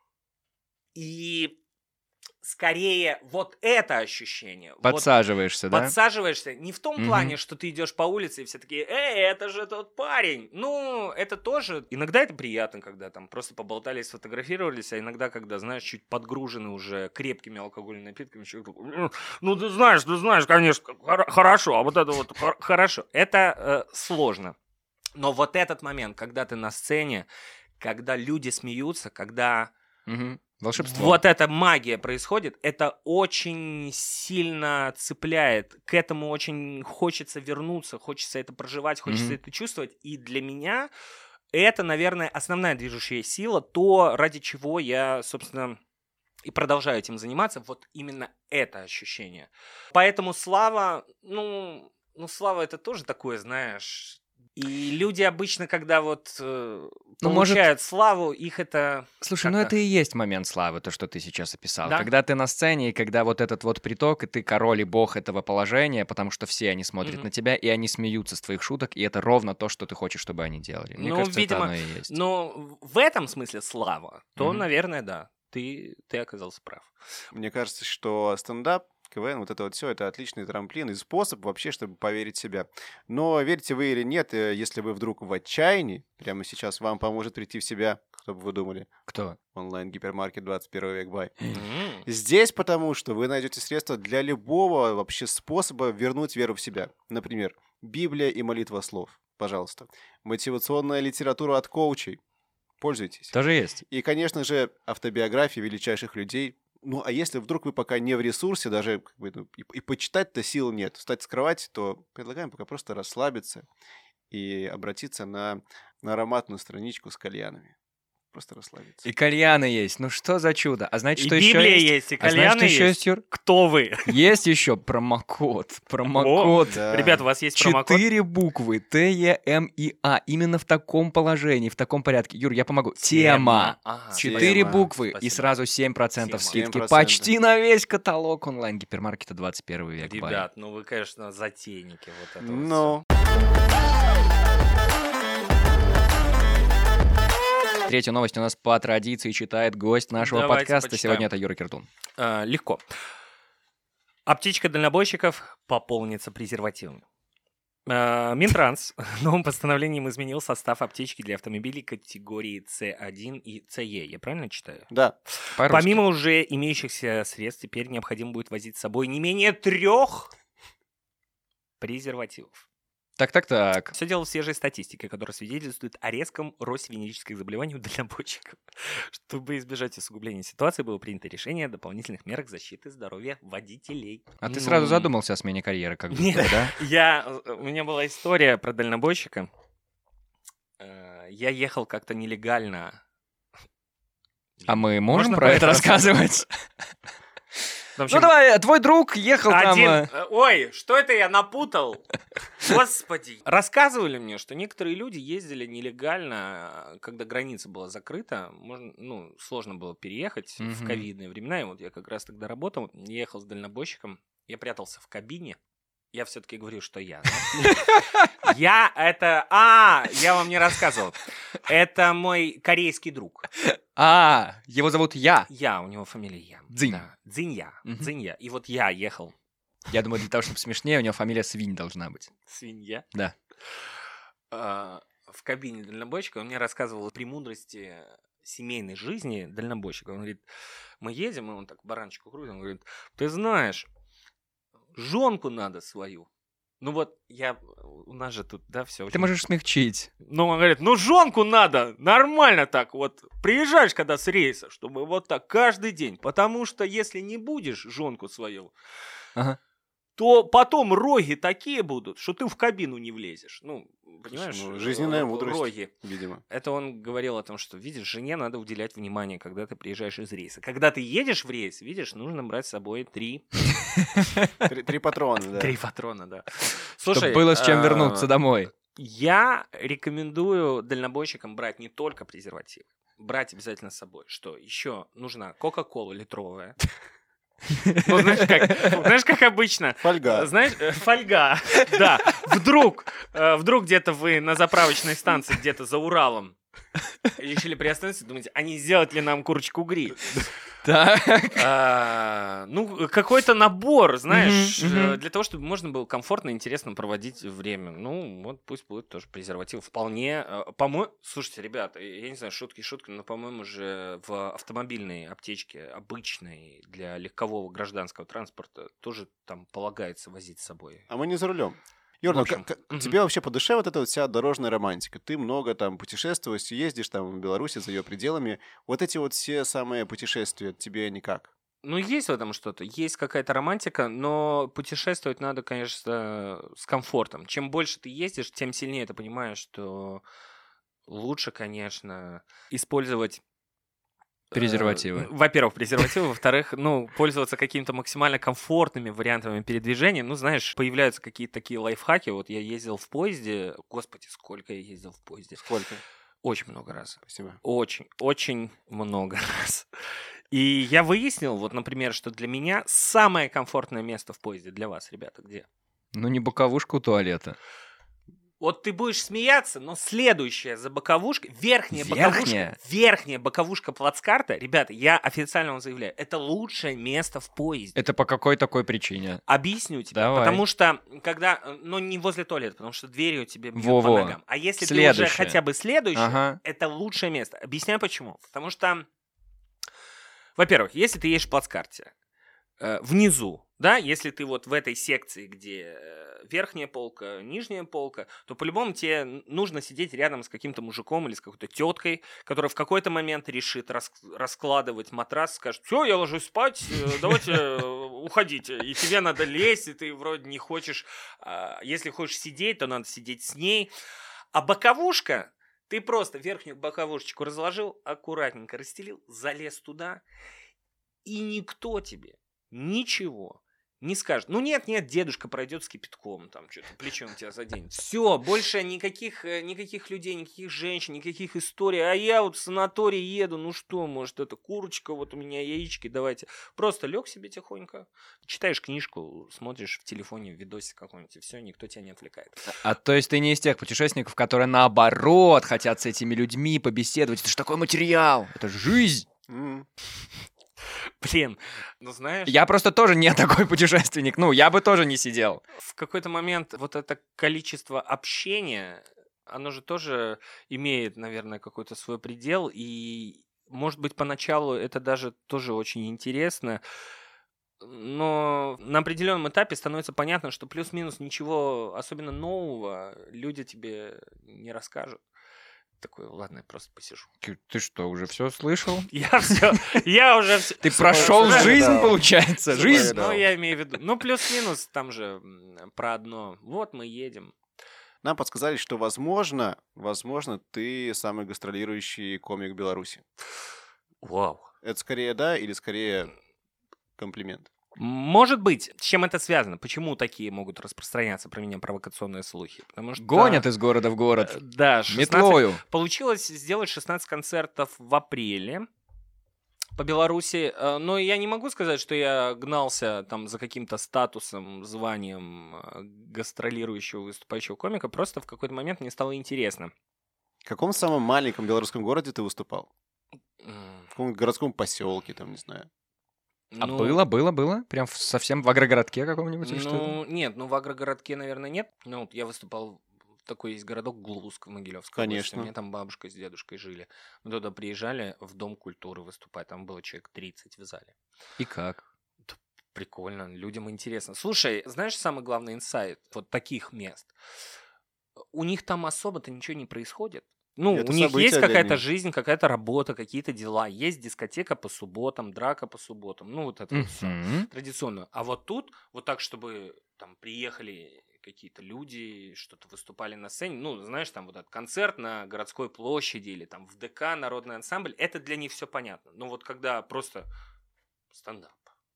И скорее вот это ощущение. вот Подсаживаешься, да? Подсаживаешься не в том Мгм. плане, что ты идешь по улице и все такие: эй, это же тот парень. Ну, это тоже... Иногда это приятно, когда там просто поболтали, сфотографировались, а иногда, когда, знаешь, чуть подгружены уже крепкими алкогольными напитками, человек такой: «Ну, ну, ты знаешь, ты знаешь, конечно, хор- хорошо, а вот это вот хор- хорошо. Это э, сложно. Но вот этот момент, когда ты на сцене, когда люди смеются, когда... Мгм. Волшебство. Вот эта магия происходит, это очень сильно цепляет. К этому очень хочется вернуться, хочется это проживать, хочется Мгм. это чувствовать. И для меня это, наверное, основная движущая сила, то, ради чего я, собственно, и продолжаю этим заниматься. Вот именно это ощущение. Поэтому слава, ну, ну слава это тоже такое, знаешь... И люди обычно, когда вот э, Ну, может- получают славу, их это... Слушай, ну как-то- это и есть момент славы, то, что ты сейчас описал. Да. Когда ты на сцене, и когда вот этот вот приток, и ты король и бог этого положения, потому что все они смотрят Мгм. на тебя, и они смеются с твоих шуток, и это ровно то, что ты хочешь, чтобы они делали. Мне Ну, кажется, видимо, это оно и есть. Но в этом смысле слава, то, Мгм. наверное, да, ты, ты оказался прав. Мне кажется, что стендап, КВН, вот это вот все, это отличный трамплин и способ вообще, чтобы поверить в себя. Но верите вы или нет, э, если вы вдруг в отчаянии, прямо сейчас вам поможет прийти в себя, кто бы вы думали, Кто? онлайн-гипермаркет двадцать первый век бай. М. Здесь потому, что вы найдете средства для любого вообще способа вернуть веру в себя. Например, Библия и молитва слов. Пожалуйста. Мотивационная литература от коучей. Пользуйтесь. Тоже есть. И, конечно же, автобиографии величайших людей. Ну, а если вдруг вы пока не в ресурсе, даже как бы, ну, и, и почитать-то сил нет, встать с кровати, то предлагаем пока просто расслабиться и обратиться на, на ароматную страничку с кальянами. просто расслабиться. И кальяны есть. Ну что за чудо? А знаете, И что еще Библия есть? есть, и А знаете, кальяны что еще есть. есть, Юр? Кто вы? Есть еще промокод. Промокод. Да. Ребят, у вас есть промокод? Четыре буквы. Т, Е, М и А. Именно в таком положении, в таком порядке. Юр, я помогу. Тема. Ага. Четыре Тема. буквы и Спасибо. сразу семь процентов Тема. скидки. семь процентов. Почти на весь каталог онлайн-гипермаркета двадцать первого века. Бай. Ребят, ну вы, конечно, затейники вот этого Ну, Третью новость у нас по традиции читает гость нашего Давайте подкаста. почитаем. Сегодня это Юра Киртун. А, легко. Аптечка дальнобойщиков пополнится презервативами. А, Минтранс новым постановлением изменил состав аптечки для автомобилей категории С один и С Е. Я правильно читаю? да. По-русски. Помимо уже имеющихся средств, теперь необходимо будет возить с собой не менее трех презервативов. Так-так-так. Все дело в свежей статистике, которая свидетельствует о резком росте венерических заболеваний у дальнобойщиков. Чтобы избежать усугубления ситуации, было принято решение о дополнительных мерах защиты здоровья водителей. А ты Ну, сразу задумался о смене карьеры, как будто, Нет. да? Я, у меня была история про дальнобойщика. Э, Я ехал как-то нелегально. А мы можем Можно про это рассказывать? В общем, Ну давай, твой друг ехал там... Один... э, э, Ой, что это я напутал? Господи. Рассказывали мне, что некоторые люди ездили нелегально, когда граница была закрыта. Можно, ну, сложно было переехать в Мгм. ковидные времена. И вот я как раз тогда работал, ехал с дальнобойщиком. Я прятался в кабине. Я все-таки говорю, что я. Я это... А, я вам не рассказывал. Это мой корейский друг. А, его зовут Я. Я, у него фамилия Я. Цзинь. Да, Цзинья. Мгм. Цзинья. И вот я ехал. Я думаю, для того, чтобы смешнее, у него фамилия Свинь должна быть. Свинья. Да. А, в кабине дальнобойщика он мне рассказывал премудрости семейной жизни дальнобойщика. Он говорит, мы едем, и он так баранчику крутит, он говорит, ты знаешь, жонку надо свою. Ну вот, я, у нас же тут, да, все. Ты можешь смягчить. Ну, он говорит, ну жонку надо, нормально так вот. Приезжаешь, когда с рейса, чтобы вот так каждый день. Потому что если не будешь жонку свою, Ага. то потом роги такие будут, что ты в кабину не влезешь. Ну, понимаешь? Ну, жизненная э, мудрость. Роги. Видимо. Это он говорил о том, что, видишь, жене надо уделять внимание, когда ты приезжаешь из рейса. Когда ты едешь в рейс, видишь, нужно брать с собой три, Три, три патрона, да. три патрона, да. Чтобы Слушай, было с чем а, вернуться домой. Я рекомендую дальнобойщикам брать не только презервативы, брать обязательно с собой. Что еще нужна Кока-кола литровая. Ну, знаешь, как, знаешь, как обычно. Фольга. Знаешь, э, фольга. Да. Вдруг, э, вдруг где-то вы на заправочной станции, где-то за Уралом, решили приостановиться, думаете, а не сделать ли нам курочку гриль? Так. А, ну, какой-то набор, знаешь, Мгм, э, мгм. для того, чтобы можно было комфортно и интересно проводить время. Ну, вот пусть будет тоже презерватив. Вполне. э, По-моему, слушайте, ребята, я не знаю, шутки шутками, но, по-моему, же в автомобильной аптечке, обычной, для легкового гражданского транспорта, тоже там полагается возить с собой. А мы не за рулем. Юр, В ну общем, как- как- мгм. тебе вообще по душе вот эта вот вся дорожная романтика? Ты много там путешествуешь, ездишь там в Беларуси за ее пределами. Вот эти вот все самые путешествия тебе никак? Ну, есть в этом что-то, есть какая-то романтика, но путешествовать надо, конечно, с комфортом. Чем больше ты ездишь, тем сильнее ты понимаешь, что лучше, конечно, использовать... э, Презервативы. Во-первых, презервативы, во-вторых, ну, пользоваться какими-то максимально комфортными вариантами передвижения. Ну, знаешь, появляются какие-то такие лайфхаки. Вот я ездил в поезде, господи, сколько я ездил в поезде. Сколько? Очень много раз. Спасибо. Очень, очень много раз. И я выяснил, вот, например, что для меня самое комфортное место в поезде для вас, ребята, где? Ну, не боковушка у туалета. Вот ты будешь смеяться, но следующая за боковушкой, верхняя, Верхняя? боковушка, верхняя боковушка плацкарта, ребята, я официально вам заявляю, это лучшее место в поезде. Это по какой такой причине? Объясню тебе. Давай. Потому что, когда, ну, не возле туалета, потому что дверью тебе бьют Во-во. по ногам. А если ты уже Следующее. хотя бы следующий, Ага. это лучшее место. Объясняю почему. Потому что, во-первых, если ты едешь в плацкарте, э, внизу, да, если ты вот в этой секции, где э, верхняя полка, нижняя полка, то по-любому тебе нужно сидеть рядом с каким-то мужиком или с какой-то теткой, которая в какой-то момент решит рас- раскладывать матрас, скажет, все, я ложусь спать, э, давайте э, уходите. И тебе надо лезть, и ты вроде не хочешь, а, если хочешь сидеть, то надо сидеть с ней. А боковушка, Ты просто верхнюю боковушечку разложил, аккуратненько расстелил, залез туда, и никто тебе ничего не скажет. Ну нет, нет, дедушка пройдет с кипятком, там что-то плечом тебя заденет. Все, больше никаких, никаких людей, никаких женщин, никаких историй. А я вот в санаторий еду, ну что, может, это курочка, вот у меня яички, давайте. Просто лег себе тихонько, читаешь книжку, смотришь в телефоне видосик какой-нибудь, и все, никто тебя не отвлекает. А то есть ты не из тех путешественников, которые наоборот хотят с этими людьми побеседовать? Это же такой материал, это же жизнь. М. Блин, ну знаешь... Я просто тоже не такой путешественник. Ну, я бы тоже не сидел. В какой-то момент вот это количество общения, оно же тоже имеет, наверное, какой-то свой предел. И, может быть, поначалу это даже тоже очень интересно. Но на определенном этапе становится понятно, что плюс-минус ничего особенно нового люди тебе не расскажут. Такой, ладно, я просто посижу. Ты, ты что, уже все слышал? Я все, я уже все. Ты прошел Всё жизнь, повидал. получается, Всё жизнь. повидал. Ну, я имею в виду. Ну, плюс-минус, там же м, про одно. Вот мы едем. Нам подсказали, что, возможно, возможно, ты самый гастролирующий комик Беларуси. Вау. Это скорее да или скорее комплимент? Может быть, с чем это связано? Почему такие могут распространяться про меня провокационные слухи? Потому что... Гонят из города в э, город. Да, шестнадцать Метлою. Получилось сделать шестнадцать концертов в апреле по Беларуси. Э, Но я не могу сказать, что я гнался там за каким-то статусом, званием э, гастролирующего выступающего комика. Просто в какой-то момент мне стало интересно. В каком самом маленьком белорусском городе ты выступал? М, В каком городском поселке, там, не знаю. А ну, было, было, было? Прям в- совсем в агрогородке каком-нибудь? или что? Ну, нет, ну в агрогородке, наверное, нет. Ну, вот я выступал, такой есть городок Глузк в Могилевской области. Конечно. У меня там бабушка с дедушкой жили. Мы туда приезжали в Дом культуры выступать. Там было человек тридцать в зале. И как? Прикольно, людям интересно. Слушай, знаешь, самый главный инсайт вот таких мест? У них там особо-то ничего не происходит. Ну, Это у них событие есть для какая-то них. жизнь, какая-то работа, какие-то дела. Есть дискотека по субботам, драка по субботам. Ну, вот это вот все. Мгм. Традиционную. А вот тут, вот так, чтобы там приехали какие-то люди, что-то выступали на сцене, ну, знаешь, там вот этот концерт на городской площади или там в ДК народный ансамбль, это для них все понятно. Но вот когда просто стендап,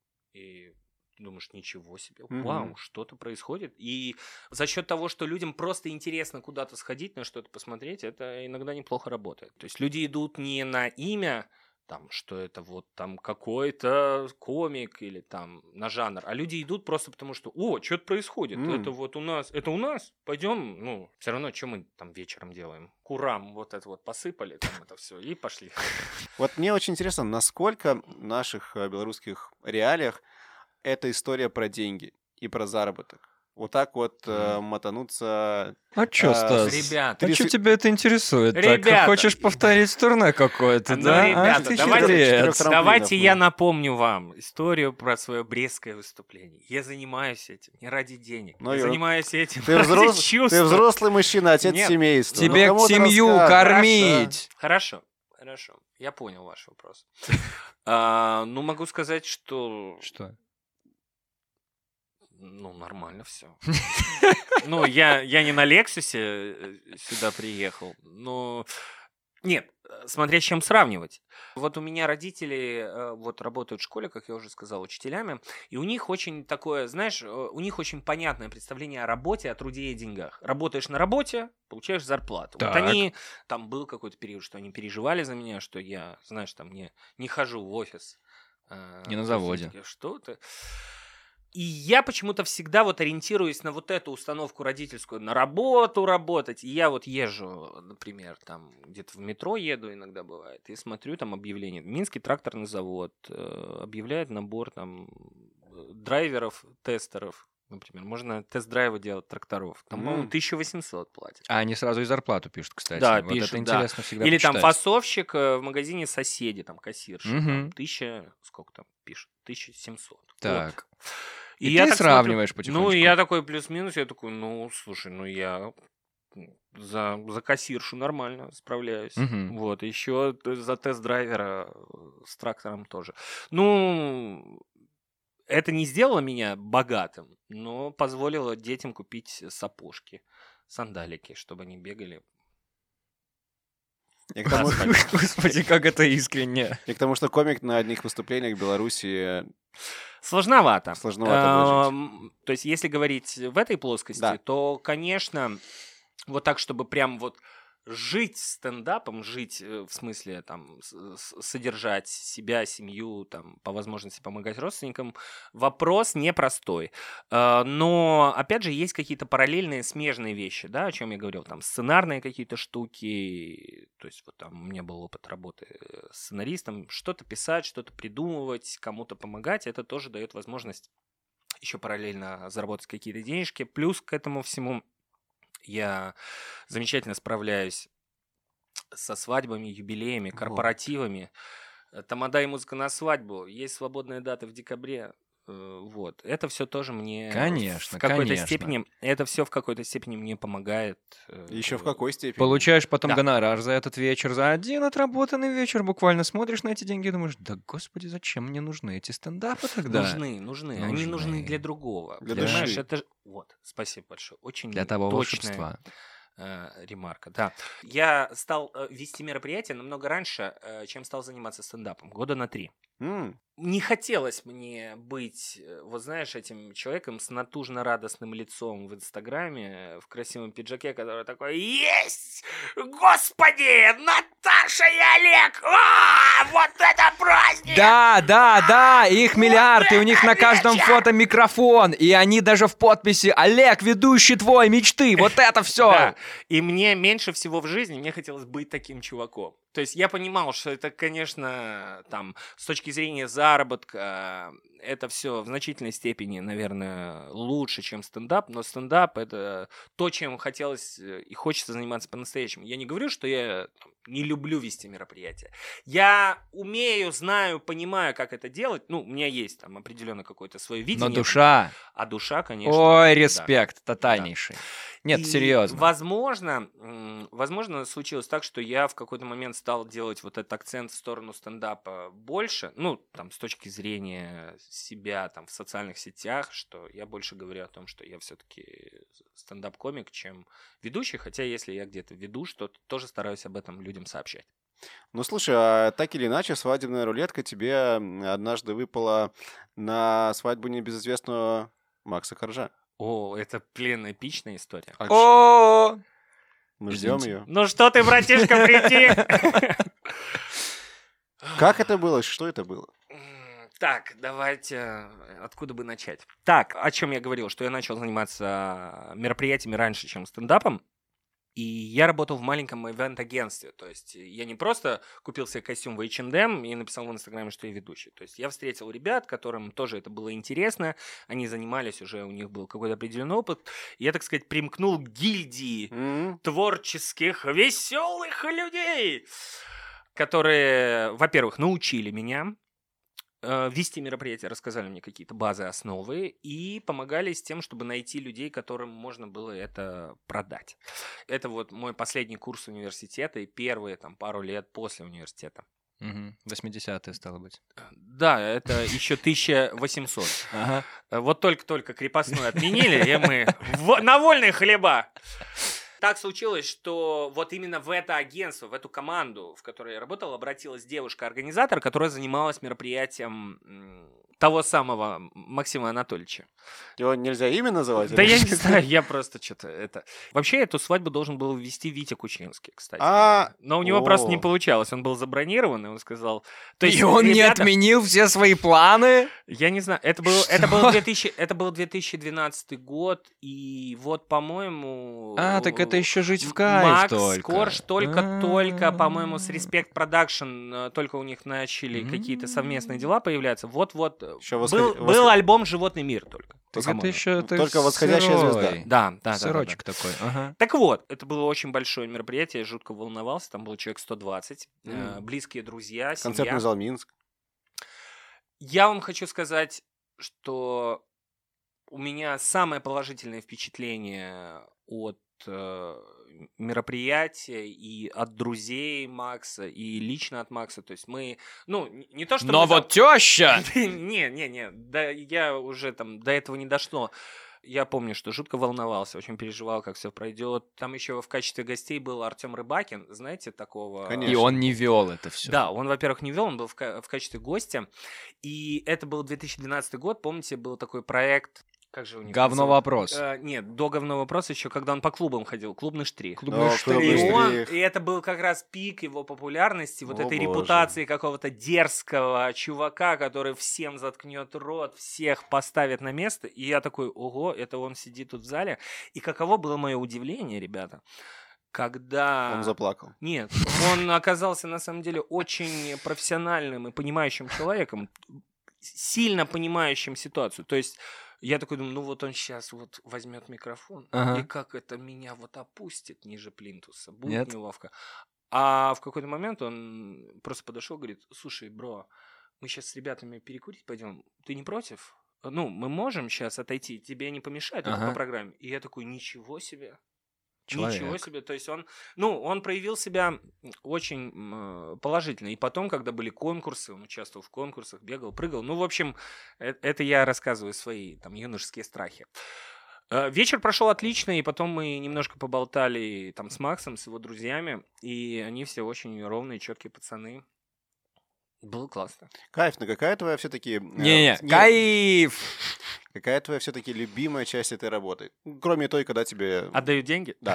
и думаешь, ничего себе, Мгм. вау, что-то происходит. И за счет того, что людям просто интересно куда-то сходить, на что-то посмотреть, это иногда неплохо работает. То есть люди идут не на имя, там, что это вот там какой-то комик или там на жанр, а люди идут просто потому, что, о, что-то происходит, М. это вот у нас, это у нас, пойдем, ну, все равно, что мы там вечером делаем? Курам вот это вот посыпали, там это все, и пошли. Вот мне очень интересно, насколько в наших э, белорусских реалиях эта история про деньги и про заработок. Вот так вот э, Мгм. мотануться... А чё, А, Стас? Ребята, А Три что св- тебя это интересует? Так, Ребята. хочешь повторить турне какое-то, Ну, да? ребята, Ах ты давайте хитрец. четырёх трамплинов, Давайте ну. я напомню вам историю про свое брестское выступление. Я занимаюсь этим не ради денег. Ну, я Юр, занимаюсь этим Ты, ради взрос- чувства. ты взрослый мужчина, отец Нет. семейства. Ну, Тебе кому ты семью расскажешь? кормить. Хорошо, хорошо. Я понял ваш вопрос. А, ну, могу сказать, что... Что? Ну, нормально все. Ну, я, я не на Лексусе э, сюда приехал, но... Нет, э, смотря с чем сравнивать. Вот у меня родители э, вот работают в школе, как я уже сказал, учителями, и у них очень такое, знаешь, э, у них очень понятное представление о работе, о труде и деньгах. Работаешь на работе, получаешь зарплату. Так. Вот они, там был какой-то период, что они переживали за меня, что я, знаешь, там не, не хожу в офис. э, Не на то есть они заводе. такие, что ты? И я почему-то всегда вот ориентируюсь на вот эту установку родительскую, на работу работать. И я вот езжу, например, там где-то в метро еду иногда бывает, и смотрю там объявление. Минский тракторный завод э, объявляет набор там э, драйверов, тестеров. Например, можно тест-драйвы делать тракторов. Там, по-моему, М. тысячу восемьсот платят. А они сразу и зарплату пишут, кстати. Да, вот пишут, это да. интересно всегда Или там почитать. фасовщик э, в магазине соседи, там кассирша. Мгм. Там, тысяча, сколько там пишет? тысяча семьсот. Вот. Так. И, И я ты так сравниваешь смотрю, потихонечку. Ну, и я такой плюс-минус, я такой, ну, слушай, ну, я за, за кассиршу нормально справляюсь. Мгм. Вот, еще за тест-драйвера э, с трактором тоже. Ну, это не сделало меня богатым, но позволило детям купить сапожки, сандалики, чтобы они бегали И к тому, Господи, как это искренне. и к тому, что комик на одних выступлениях в Беларуси Сложновато. сложновато выжить. Эм, То есть, если говорить в этой плоскости, Да. то, конечно, вот так, чтобы прям вот жить стендапом, жить э, в смысле там с- с- содержать себя, семью, там по возможности помогать родственникам, вопрос непростой. Э, Но опять же есть какие-то параллельные смежные вещи, да, о чем я говорил, там сценарные какие-то штуки, то есть вот там у меня был опыт работы э, с сценаристом, что-то писать, что-то придумывать, кому-то помогать, это тоже дает возможность еще параллельно заработать какие-то денежки. Плюс к этому всему я замечательно справляюсь со свадьбами, юбилеями, О. корпоративами. Э, Тамада и музыка на свадьбу. Есть свободные даты в декабре. Э, Вот. Это все тоже мне Конечно, в какой-то конечно. степени, это все в какой-то степени мне помогает. э, Еще в какой степени? Получаешь потом Да. гонорар за этот вечер, за один отработанный вечер. Буквально смотришь на эти деньги и думаешь, да господи, зачем мне нужны эти стендапы тогда? Нужны, нужны, Они нужны Нужны. для другого. Для Понимаешь, души. это ж- вот. Спасибо большое. Очень Для того точная волшебства. э, ремарка. Да. Я стал э, вести мероприятия намного раньше, э, чем стал заниматься стендапом. Года на три. М, Не хотелось мне быть, э, вот знаешь, этим человеком с натужно-радостным лицом в Инстаграме, в красивом пиджаке, который такой: «Есть! Господи! Наташа и Олег! А, вот это праздник!» Да, да, да, их миллиард, и у них на каждом вечер! фото микрофон, и они даже в подписи «Олег, ведущий твой мечты», вот это все. Да. И мне меньше всего в жизни, мне хотелось быть таким чуваком. То есть я понимал, что это, конечно, там, с точки зрения заработка, это все в значительной степени, наверное, лучше, чем стендап, но стендап — это то, чем хотелось э, и хочется заниматься по-настоящему. Я не говорю, что я там, не люблю вести мероприятия. Я умею, знаю, понимаю, как это делать. Ну, у меня есть там определенно какое-то свое видение. Но душа, А душа, конечно. ой, да. респект, тотальнейший. Нет, И, серьезно. Возможно, м, возможно, случилось так, что я в какой-то момент стал делать вот этот акцент в сторону стендапа больше, ну, там, с точки зрения себя, там, в социальных сетях, что я больше говорю о том, что я все-таки стендап-комик, чем ведущий, хотя если я где-то веду что-то, тоже стараюсь об этом людям сообщать. Ну, слушай, а так или иначе, свадебная рулетка тебе м, однажды выпала на свадьбу небезызвестного Макса Коржа. О, это, блин, эпичная история. А ч- О, Мы ждем извините. ее. Ну что ты, братишка, приди! Как это было? Что это было? М, Так, давайте, э, откуда бы начать? Так, о чем я говорил, что я начал заниматься мероприятиями раньше, чем стендапом. И я работал в маленьком ивент-агентстве. То есть я не просто купил себе костюм в эйч энд эм и написал в Инстаграме, что я ведущий. То есть я встретил ребят, которым тоже это было интересно. Они занимались уже, у них был какой-то определенный опыт. И я, так сказать, примкнул к гильдии М, творческих, веселых людей, которые, во-первых, научили меня э, вести мероприятия, рассказали мне какие-то базы, основы и помогали с тем, чтобы найти людей, которым можно было это продать. Это вот мой последний курс университета и первые там пару лет после университета. Мгм. восьмидесятые, стало быть. Да, это еще тысяча восемьсот. Ага. Э, Вот только-только крепостную отменили, и мы в- на вольные хлеба. Так случилось, что вот именно в это агентство, в эту команду, в которой я работал, обратилась девушка-организатор, которая занималась мероприятием м, того самого Максима Анатольевича. Его нельзя имя называть? Да или я не что? знаю, я просто что-то это... Вообще эту свадьбу должен был вести Витя Кучинский, кстати. А, Но у него просто не о. получалось. Он был забронирован, и он сказал... То есть, И он не ребята, отменил все свои планы? Я не знаю, это был, это Что? был, две тысячи, это был две тысячи двенадцатый год, и вот, по-моему... А, так это еще жить в М- кайф Макс только. Корж только-только, А. по-моему, с Respect Production, э, только у них начали какие-то совместные дела появляться. Вот-вот, э, Ещё был, восход- был восход- альбом «Животный мир» только. Так по-моему. это еще... Только восходящая звезда. Да, да, да, да, Сырочек да. такой. Ага. Так вот, это было очень большое мероприятие, я жутко волновался, там было человек сто двадцать, э, М. близкие друзья, семья. Концертный зал Минск. Я вам хочу сказать, что у меня самое положительное впечатление от э, мероприятия и от друзей Макса, и лично от Макса. То есть мы, ну, н- не то, что... Но мы там- вот теща! Не, не, не, да, я уже там до этого не дошло. Я помню, что жутко волновался, очень переживал, как все пройдет. Там еще в качестве гостей был Артем Рыбакин, знаете, такого... Конечно. И он не вел это все. Да, он, во-первых, не вел, он был в, ка- в качестве гостя. И это был две тысячи двенадцатый год, помните, был такой проект... Как же у них Говно называется? вопрос. Э, нет, до говно вопрос еще, когда он по клубам ходил, клубный штрих. Клубный О, штрих. клубный И, он, штрих. и это был как раз пик его популярности, вот О, этой боже. репутации какого-то дерзкого чувака, который всем заткнет рот, всех поставит на место. И я такой, ого, это он сидит тут в зале. И каково было мое удивление, ребята, когда... Он заплакал. Нет, он оказался на самом деле очень профессиональным и понимающим человеком, сильно понимающим ситуацию. То есть я такой думаю, ну вот он сейчас вот возьмет микрофон, Ага. и как это меня вот опустит ниже плинтуса, будет Нет. неловко. А в какой-то момент он просто подошел, говорит, слушай, бро, мы сейчас с ребятами перекурить пойдем, ты не против? Ну, мы можем сейчас отойти, тебе не помешает это Ага. по программе. И я такой, ничего себе. Человек. Ничего себе, то есть он, ну, он проявил себя очень м, положительно. И потом, когда были конкурсы, он участвовал в конкурсах, бегал, прыгал. Ну, в общем, э- это я рассказываю свои там юношеские страхи. Э, Вечер прошел отлично, и потом мы немножко поболтали там с Максом, с его друзьями, и они все очень ровные, четкие пацаны. Было классно. Кайф, но какая твоя все-таки... Не-не, кайф! Какая твоя все-таки любимая часть этой работы? Кроме той, когда тебе... Отдают деньги? Да.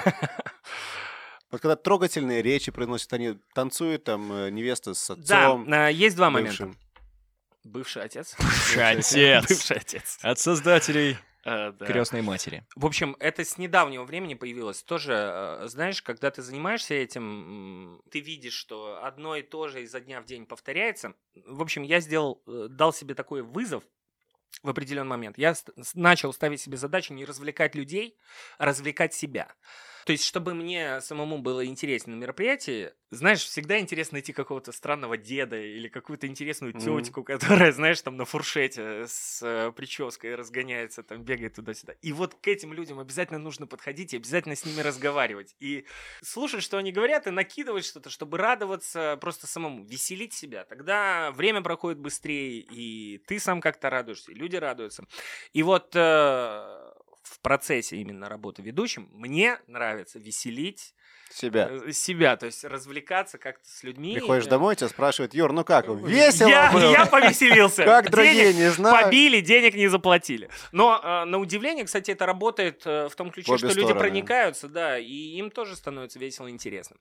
Вот когда трогательные речи произносят, они танцуют, там, э, невеста с Да, отцом. э, есть два момента. бывшим. Бывший отец. Бывший отец. Бывший отец. От создателей Э, да. крестной матери. В общем, это с недавнего времени появилось. Тоже, э, знаешь, когда ты занимаешься этим, м, ты видишь, что одно и то же изо дня в день повторяется. В общем, я сделал, э, дал себе такой вызов в определенный момент. Я ст- с- начал ставить себе задачу не развлекать людей, а развлекать себя. То есть, чтобы мне самому было интересно на мероприятии, знаешь, всегда интересно найти какого-то странного деда или какую-то интересную Мгм. тетку, которая, знаешь, там на фуршете с э, прической разгоняется, там бегает туда-сюда. И вот к этим людям обязательно нужно подходить и обязательно с ними разговаривать. И слушать, что они говорят, и накидывать что-то, чтобы радоваться просто самому, веселить себя. Тогда время проходит быстрее, и ты сам как-то радуешься, и люди радуются. И вот э, в процессе именно работы ведущим мне нравится веселить Себя. э, себя, то есть развлекаться как-то с людьми. Приходишь Э, домой, тебя спрашивают, Юр, ну как, весело я, было? я повеселился. Как другие, Денег не знаю. побили, денег не заплатили. Но э, на удивление, кстати, это работает э, в том ключе, В что обе люди стороны. проникаются, да, и им тоже становится весело и интересно.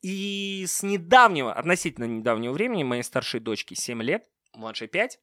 И с недавнего, относительно недавнего времени, моей старшей дочке семь лет, младшей пять,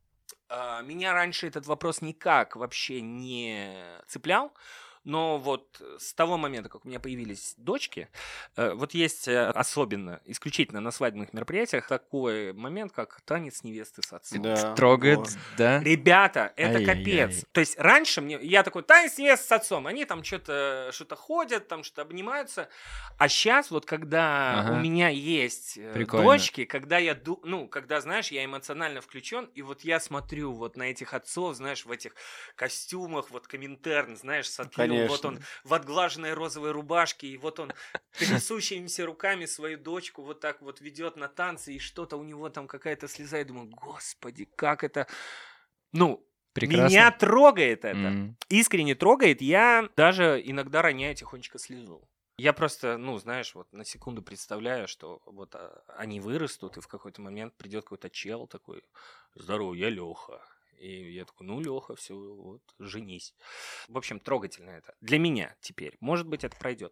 э, меня раньше этот вопрос никак вообще не цеплял. Но вот с того момента, как у меня появились дочки, э, вот есть э, особенно, исключительно на свадебных мероприятиях такой момент, как танец невесты с отцом. Да, Трогает, вот. да? Ребята, это Ай-яй-яй. капец. То есть раньше мне, я такой, танец невесты с отцом, они там что-то что-то ходят, там что-то обнимаются. А сейчас вот когда Ага. у меня есть э, Прикольно. дочки, когда я, ду- ну, когда, знаешь, я эмоционально включен, и вот я смотрю вот на этих отцов, знаешь, в этих костюмах, вот Коминтерн, знаешь, с отливом, вот Конечно. он в отглаженной розовой рубашке, и вот он трясущимися руками свою дочку вот так вот ведет на танцы, и что-то у него там какая-то слеза, я думаю, господи, как это... Ну, Прекрасно. меня трогает это. М. Искренне трогает. Я даже иногда роняю тихонечко слезу. Я просто, ну, знаешь, вот на секунду представляю, что вот а, они вырастут, и в какой-то момент придет какой-то чел такой, здорово, я Леха. И я такой, ну, Леха, все, вот, женись. В общем, трогательно это. Для меня теперь. Может быть, это пройдет.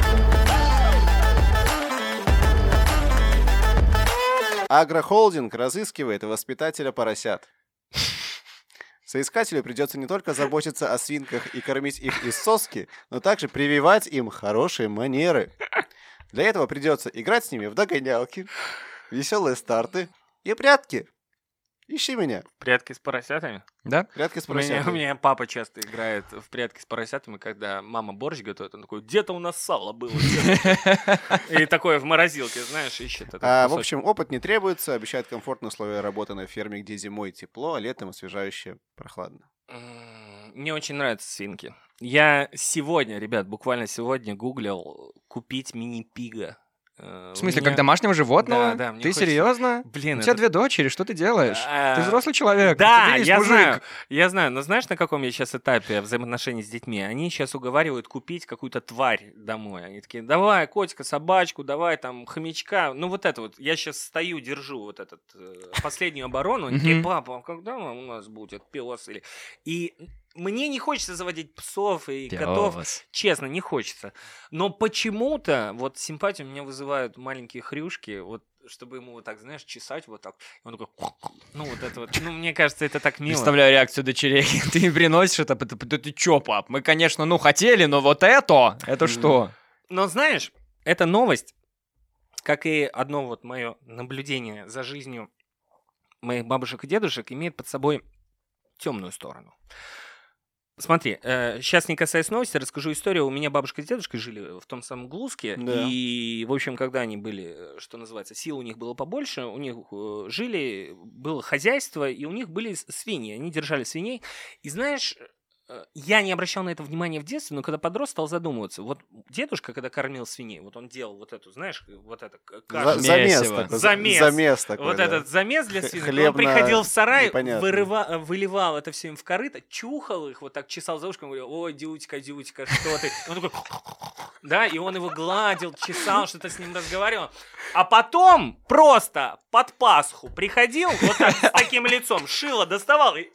Агрохолдинг разыскивает воспитателя поросят. Соискателю придется не только заботиться о свинках и кормить их из соски, но также прививать им хорошие манеры. Для этого придется играть с ними в догонялки, веселые старты и прятки. Ищи меня. Прятки с поросятами? Да? Прятки с У меня, у поросятами. меня папа часто играет в прятки с поросятами, когда мама борщ готовит, он такой, где-то у нас сало было. где-то». И такое в морозилке, знаешь, ищет. этот А, в кусочек. общем, опыт не требуется, обещает комфортные условия работы на ферме, где зимой тепло, а летом освежающе прохладно. М, Мне очень нравятся свинки. Я сегодня, ребят, буквально сегодня гуглил купить мини-пига. В смысле, как домашнего животного? Да, да, мне Ты хочется... серьезно? Блин, У это... тебя две дочери, что ты делаешь? А... Ты взрослый человек. Да, Соберись, я мужик. знаю, я знаю, но знаешь, на каком я сейчас этапе взаимоотношений с детьми? Они сейчас уговаривают купить какую-то тварь домой. Они такие, давай, котика, собачку, давай там хомячка. Ну вот это вот, я сейчас стою, держу вот этот э, последнюю оборону. Они такие, папа, а когда у нас будет пес? Или... И мне не хочется заводить псов и Пёс. котов, честно, не хочется. Но почему-то вот симпатию у меня вызывают маленькие хрюшки, вот чтобы ему вот так, знаешь, чесать вот так. И он такой, ну вот это вот, ну мне кажется, это так мило. Представляю реакцию дочерей. Ты приносишь это, ты, ты, ты чё, пап? Мы, конечно, ну хотели, но вот это, это что? Но знаешь, эта новость, как и одно вот мое наблюдение за жизнью моих бабушек и дедушек, имеет под собой темную сторону. Смотри, э, сейчас не касаясь новости, расскажу историю. У меня бабушка с дедушкой жили в том самом Глузке, Да. и, в общем, когда они были, что называется, сил у них было побольше, у них э, жили, было хозяйство, и у них были свиньи, они держали свиней. И знаешь, э, я не обращал на это внимания в детстве, но когда подрос, стал задумываться. Вот дедушка, когда кормил свиней, вот он делал вот эту, знаешь, вот это кашу. За- Замес Месиво. такой. Замес. Замес такой, Вот да. этот замес для свинок. Хлебно- Он приходил в сарай, непонятно. вырыва- выливал это все им в корыто, чухал их, вот так чесал за ушком, говорил, ой, Дютька, Дютька, что ты? И он такой, да, и он его гладил, чесал, что-то с ним разговаривал. А потом просто под Пасху приходил, вот так, с таким лицом, шило доставал и...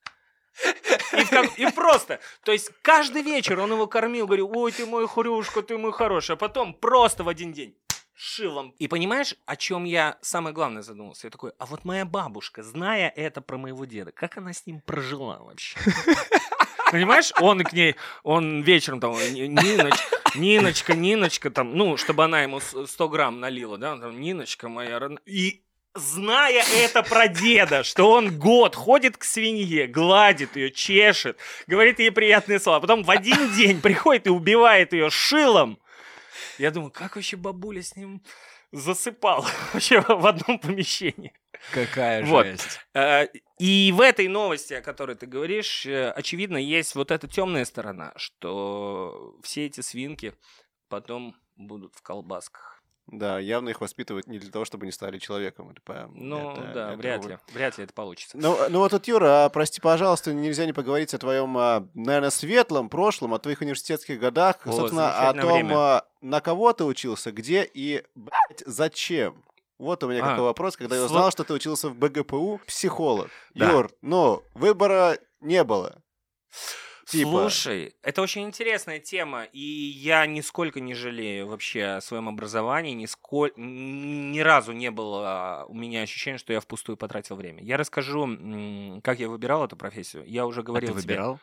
И, в как- и просто, то есть каждый вечер он его кормил, говорил, ой, ты мой хрюшка, ты мой хороший, а потом просто в один день шилом. И понимаешь, о чем я самое главное задумался? Я такой, а вот моя бабушка, зная это про моего деда, как она с ним прожила вообще? Понимаешь, он к ней, он вечером там, Ниноч, Ниночка, Ниночка, там, ну, чтобы она ему сто грамм налила, да, там, Ниночка моя родная. И зная это про деда, что он год ходит к свинье, гладит ее, чешет, говорит ей приятные слова, потом в один день приходит и убивает ее шилом. Я думаю, как вообще бабуля с ним засыпала вообще в одном помещении? Какая Вот. жесть. Э, И в этой новости, о которой ты говоришь, э, очевидно, есть вот эта темная сторона, что все эти свинки потом будут в колбасках. Да, явно их воспитывают не для того, чтобы они стали человеком. Это, по- Ну это- да, это вряд вот. ли, вряд ли это получится. Ну, ну вот тут, Юра, а, прости, пожалуйста, нельзя не поговорить о твоем, а, наверное, светлом прошлом, о твоих университетских годах, О, собственно, о замечательное том, время. а, на кого ты учился, где и, блядь, зачем. Вот у меня А, какой вопрос, когда я сло- узнал, что ты учился в БГПУ, психолог. Да. Юр, но выбора не было. Типа. Слушай, это очень интересная тема, и я нисколько не жалею вообще о своем образовании, нисколь... ни разу не было у меня ощущения, что я впустую потратил время. Я расскажу, м, как я выбирал эту профессию. Я уже А ты говорил тебе. выбирал?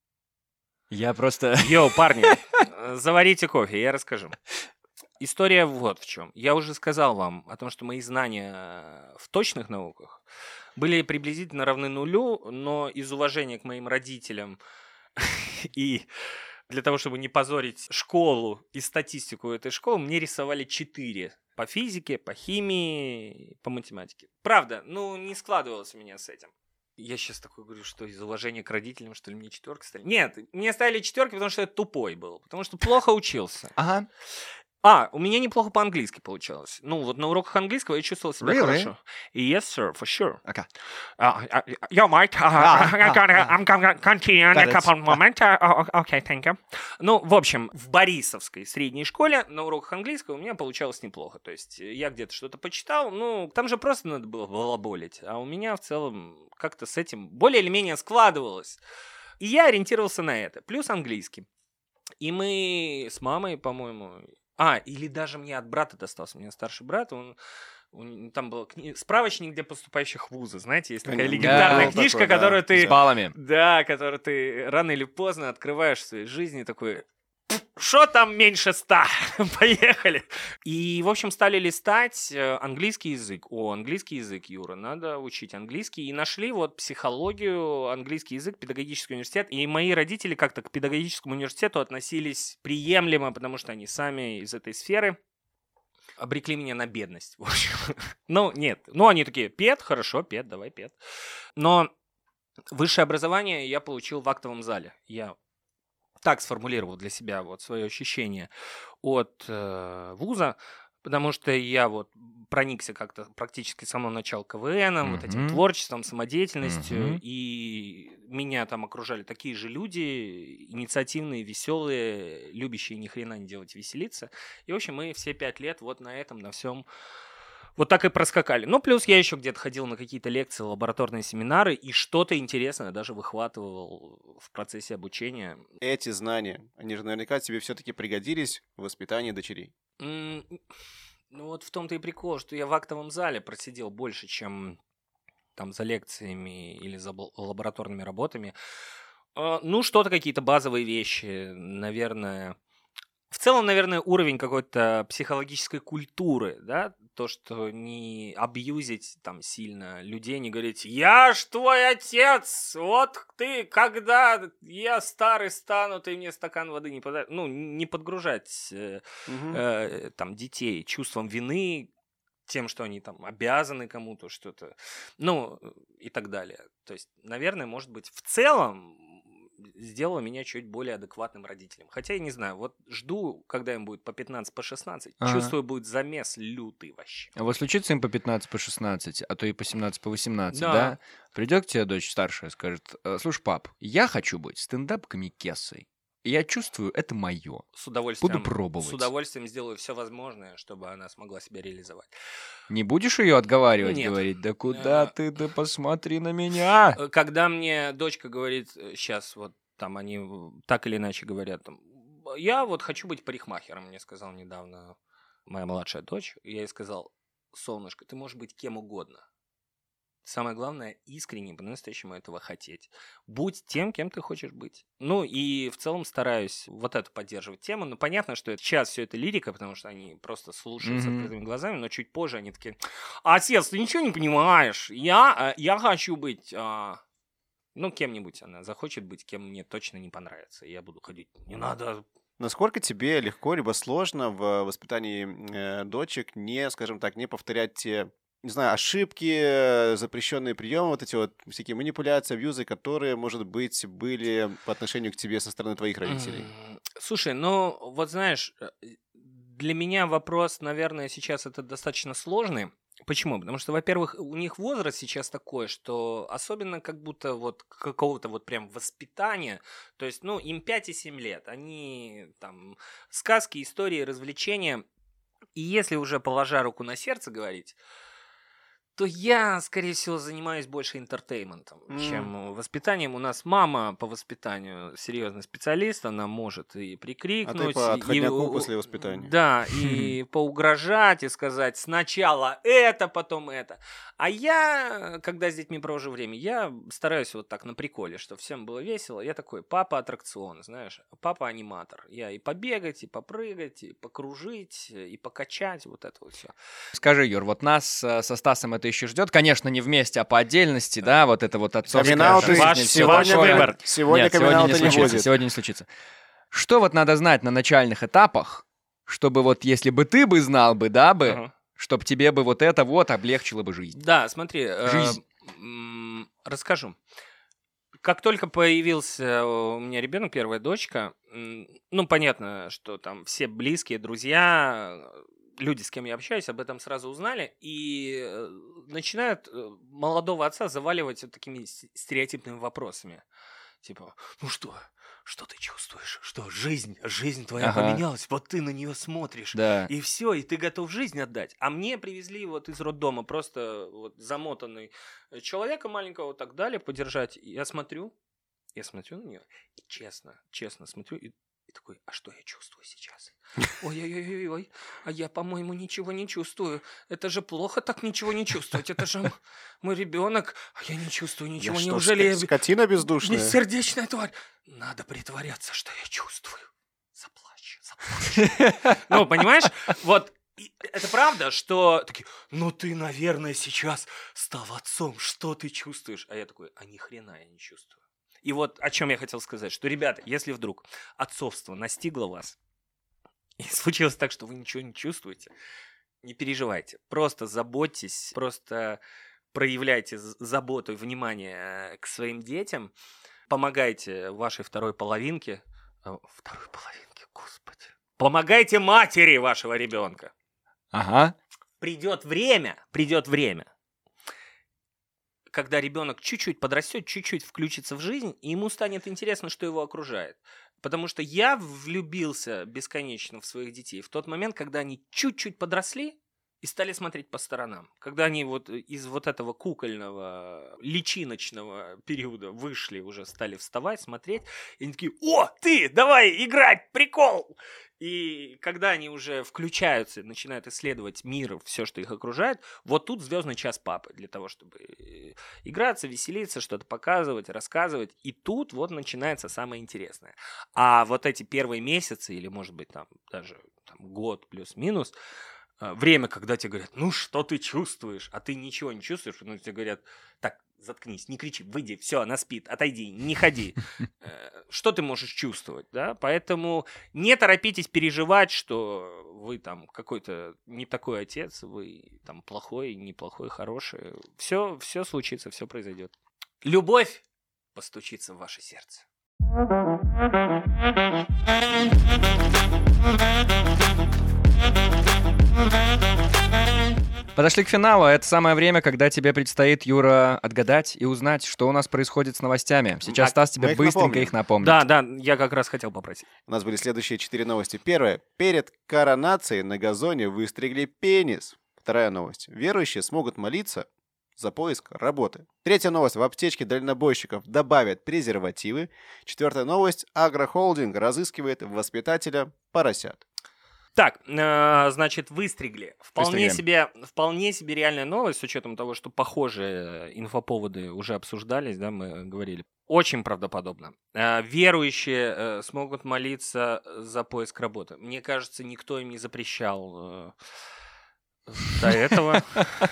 Я просто... Йоу, парни, э, заварите кофе, я расскажу. История вот в чем. Я уже сказал вам о том, что мои знания в точных науках были приблизительно равны нулю, но из уважения к моим родителям и для того, чтобы не позорить школу и статистику этой школы, мне рисовали четыре по физике, по химии, по математике. Правда, ну не складывалось у меня с этим. Я сейчас такой говорю, что из уважения к родителям, что ли, мне четверки стали? Нет, мне ставили четверки, потому что я тупой был, потому что плохо учился. Ага. А, у меня неплохо по-английски получалось. Ну, вот на уроках английского я чувствовал себя Really? хорошо. Yes, sir, for sure. Okay. Uh, uh, yo, mate, uh, Ah, I'm gonna, ah, I'm gonna continue in Got a it. couple of moments. Uh, oh, okay, thank you. Ну, в общем, в Борисовской средней школе на уроках английского у меня получалось неплохо. То есть я где-то что-то почитал, ну, там же просто надо было балаболить. А у меня в целом как-то с этим более или менее складывалось. И я ориентировался на это. Плюс английский. И мы с мамой, по-моему... А, или даже мне от брата достался. У меня старший брат, он... он- там был кни... справочник для поступающих в вузы. Знаете, есть такая Понятно. легендарная Да, книжка, такой, да. которую ты... С баллами. Да, которую ты рано или поздно открываешь в своей жизни, такой... Что там меньше ста? Поехали. И, в общем, стали листать э, английский язык. О, английский язык, Юра, надо учить английский. И нашли вот психологию, английский язык, педагогический университет. И мои родители как-то к педагогическому университету относились приемлемо, потому что они сами из этой сферы. Обрекли меня на бедность. В общем. Ну, нет. Ну, они такие, пед, хорошо, пед, давай пед. Но высшее образование я получил в актовом зале. Я так сформулировал для себя вот свое ощущение от э, вуза. Потому что я вот проникся как-то практически с самого начала КВНом, Мгм. вот этим творчеством, самодеятельностью, Мгм. и меня там окружали такие же люди, инициативные, веселые, любящие ни хрена не делать, веселиться. И, в общем, мы все пять лет вот на этом, на всем вот так и проскакали. Ну, плюс я еще где-то ходил на какие-то лекции, лабораторные семинары, и что-то интересное даже выхватывал в процессе обучения. Эти знания, они же наверняка тебе все-таки пригодились в воспитании дочерей. М, Ну вот в том-то и прикол, что я в актовом зале просидел больше, чем там за лекциями или за бл- лабораторными работами. А, Ну, что-то, какие-то базовые вещи, наверное. В целом, наверное, уровень какой-то психологической культуры, да, то, что не абьюзить там сильно людей, не говорить, я ж твой отец, вот ты, когда я старый стану, ты мне стакан воды не подаешь. Ну, не подгружать э, Мгм. э, там детей чувством вины, тем, что они там обязаны кому-то что-то, ну, и так далее. То есть, наверное, может быть, в целом сделало меня чуть более адекватным родителем. Хотя я не знаю, вот жду, когда им будет по пятнадцать, по шестнадцать, Ага. чувствую, будет замес лютый вообще. А вот случится им по пятнадцать, по шестнадцать, а то и по семнадцать, по восемнадцать, да? Да. Придет к тебе дочь старшая, скажет, «Э, слушай, пап, я хочу быть стендап-комикессой. И я чувствую, это мое. С удовольствием, Буду пробовать. С удовольствием сделаю все возможное, чтобы она смогла себя реализовать. Не будешь ее отговаривать, Нет. говорить, да куда Э, ты, да посмотри на меня. Э, Когда мне дочка говорит, сейчас вот там они э, так или иначе говорят, там, я вот хочу быть парикмахером, мне сказал недавно моя младшая дочь. Я ей сказал, солнышко, ты можешь быть кем угодно. Самое главное, искренне, по-настоящему этого хотеть. Будь тем, кем ты хочешь быть. Ну и в целом стараюсь вот это поддерживать тему. Ну понятно, что это, сейчас все это лирика, потому что они просто слушают с Мгм. открытыми глазами, но чуть позже они такие, отец, ты ничего не понимаешь, я, э, я хочу быть... а, Ну, кем-нибудь она захочет быть, кем мне точно не понравится. И я буду ходить. Не надо. Насколько тебе легко либо сложно в воспитании э, дочек не, скажем так, не повторять те, не знаю, ошибки, э, запрещенные приемы, вот эти вот всякие манипуляции, абьюзы, которые, может быть, были по отношению к тебе со стороны твоих родителей? М, Слушай, ну, вот знаешь, э, для меня вопрос, наверное, сейчас это достаточно сложный. Почему? Потому что, во-первых, у них возраст сейчас такой, что особенно как будто вот какого-то вот прям воспитания, то есть, ну, им пять и семь лет, они там сказки, истории, развлечения, и если уже положа руку на сердце говорить, то я, скорее всего, занимаюсь больше интертейментом, М. чем воспитанием. У нас мама по воспитанию серьезный специалист, она может и А ты прикрикнуть, по и- отходняку и- после воспитания. Да, и поугрожать, и сказать сначала это, потом это. А я, когда с детьми провожу время, я стараюсь вот так на приколе, чтобы всем было весело. Я такой папа-аттракцион, знаешь, папа-аниматор. Я и побегать, и попрыгать, и покружить, и покачать, вот это вот все. Скажи, Юр, вот нас э, со Стасом это еще ждет, конечно, не вместе, а по отдельности, да, вот это вот отцовская Камин-ауты жизнь Ваш и всё сегодня такое. выбор. Сегодня Нет, сегодня не камин-аута не случится, будет. сегодня не случится. Что вот надо знать на начальных этапах, чтобы вот если бы ты бы знал бы, да бы, Ага. чтобы тебе бы вот это вот облегчило бы жизнь? Да, смотри, э, Жизнь. м, расскажу. Как только появился у меня ребенок, первая дочка, м, ну, понятно, что там все близкие, друзья, люди, с кем я общаюсь, об этом сразу узнали, и э, начинают э, молодого отца заваливать вот такими с- стереотипными вопросами. Типа, ну что, что ты чувствуешь? Что, жизнь, жизнь твоя Ага. поменялась, вот ты на нее смотришь. Да. И все, и ты готов жизнь отдать. А мне привезли вот из роддома просто вот замотанный э, человека маленького, вот так дали подержать. И я смотрю, я смотрю на нее, и честно, честно смотрю, и, и такой, а что я чувствую сейчас? Ой-ой-ой-ой, а я, по-моему, ничего не чувствую. Это же плохо так ничего не чувствовать. Это же м- мой ребенок, а я не чувствую Я ничего. что, Неужели я ска- скотина бездушная? бессердечная тварь? Надо притворяться, что я чувствую. Заплачь, заплачь. Ну, понимаешь, вот и это правда, что такие, ну ты, наверное, сейчас стал отцом, что ты чувствуешь? А я такой, а ни хрена я не чувствую. И вот о чем я хотел сказать, что, ребята, если вдруг отцовство настигло вас, и случилось так, что вы ничего не чувствуете, не переживайте, просто заботьтесь, просто проявляйте з- заботу и внимание к своим детям, помогайте вашей второй половинке, а, второй половинке, господи, помогайте матери вашего ребенка. Ага. Придет время, придет время, когда ребенок чуть-чуть подрастет, чуть-чуть включится в жизнь, и ему станет интересно, что его окружает. Потому что я влюбился бесконечно в своих детей в тот момент, когда они чуть-чуть подросли и стали смотреть по сторонам. Когда они вот из вот этого кукольного, личиночного периода вышли, уже стали вставать, смотреть, и они такие: «О, ты, давай играть, прикол!» И когда они уже включаются, начинают исследовать мир, все, что их окружает, вот тут звездный час папы для того, чтобы играться, веселиться, что-то показывать, рассказывать. И тут вот начинается самое интересное. А вот эти первые месяцы, или, может быть, там даже там, год плюс-минус, время, когда тебе говорят: ну, что ты чувствуешь? А ты ничего не чувствуешь, ну, тебе говорят: так, заткнись, не кричи, выйди, все, она спит, отойди, не ходи. Что ты можешь чувствовать, да? Поэтому не торопитесь переживать, что вы там какой-то не такой отец, вы там плохой, неплохой, хороший. Все, все случится, все произойдет. Любовь постучится в ваше сердце. Подошли к финалу. Это самое время, когда тебе предстоит, Юра, отгадать и узнать, что у нас происходит с новостями. Сейчас Так, Стас тебе мы их быстренько напомним. их напомнит. Да, да, я как раз хотел попросить. У нас были следующие четыре новости. Первая. Перед коронацией на газоне выстригли пенис. Вторая новость. Верующие смогут молиться за поиск работы. Третья новость. В аптечке дальнобойщиков добавят презервативы. Четвертая новость. Агрохолдинг разыскивает воспитателя поросят. Так, э, значит, выстригли. Вполне Выстригли. себе, вполне себе реальная новость, с учетом того, что похожие инфоповоды уже обсуждались, да, мы говорили. Очень правдоподобно. Э, верующие э, смогут молиться за поиск работы. Мне кажется, никто им не запрещал э, до этого.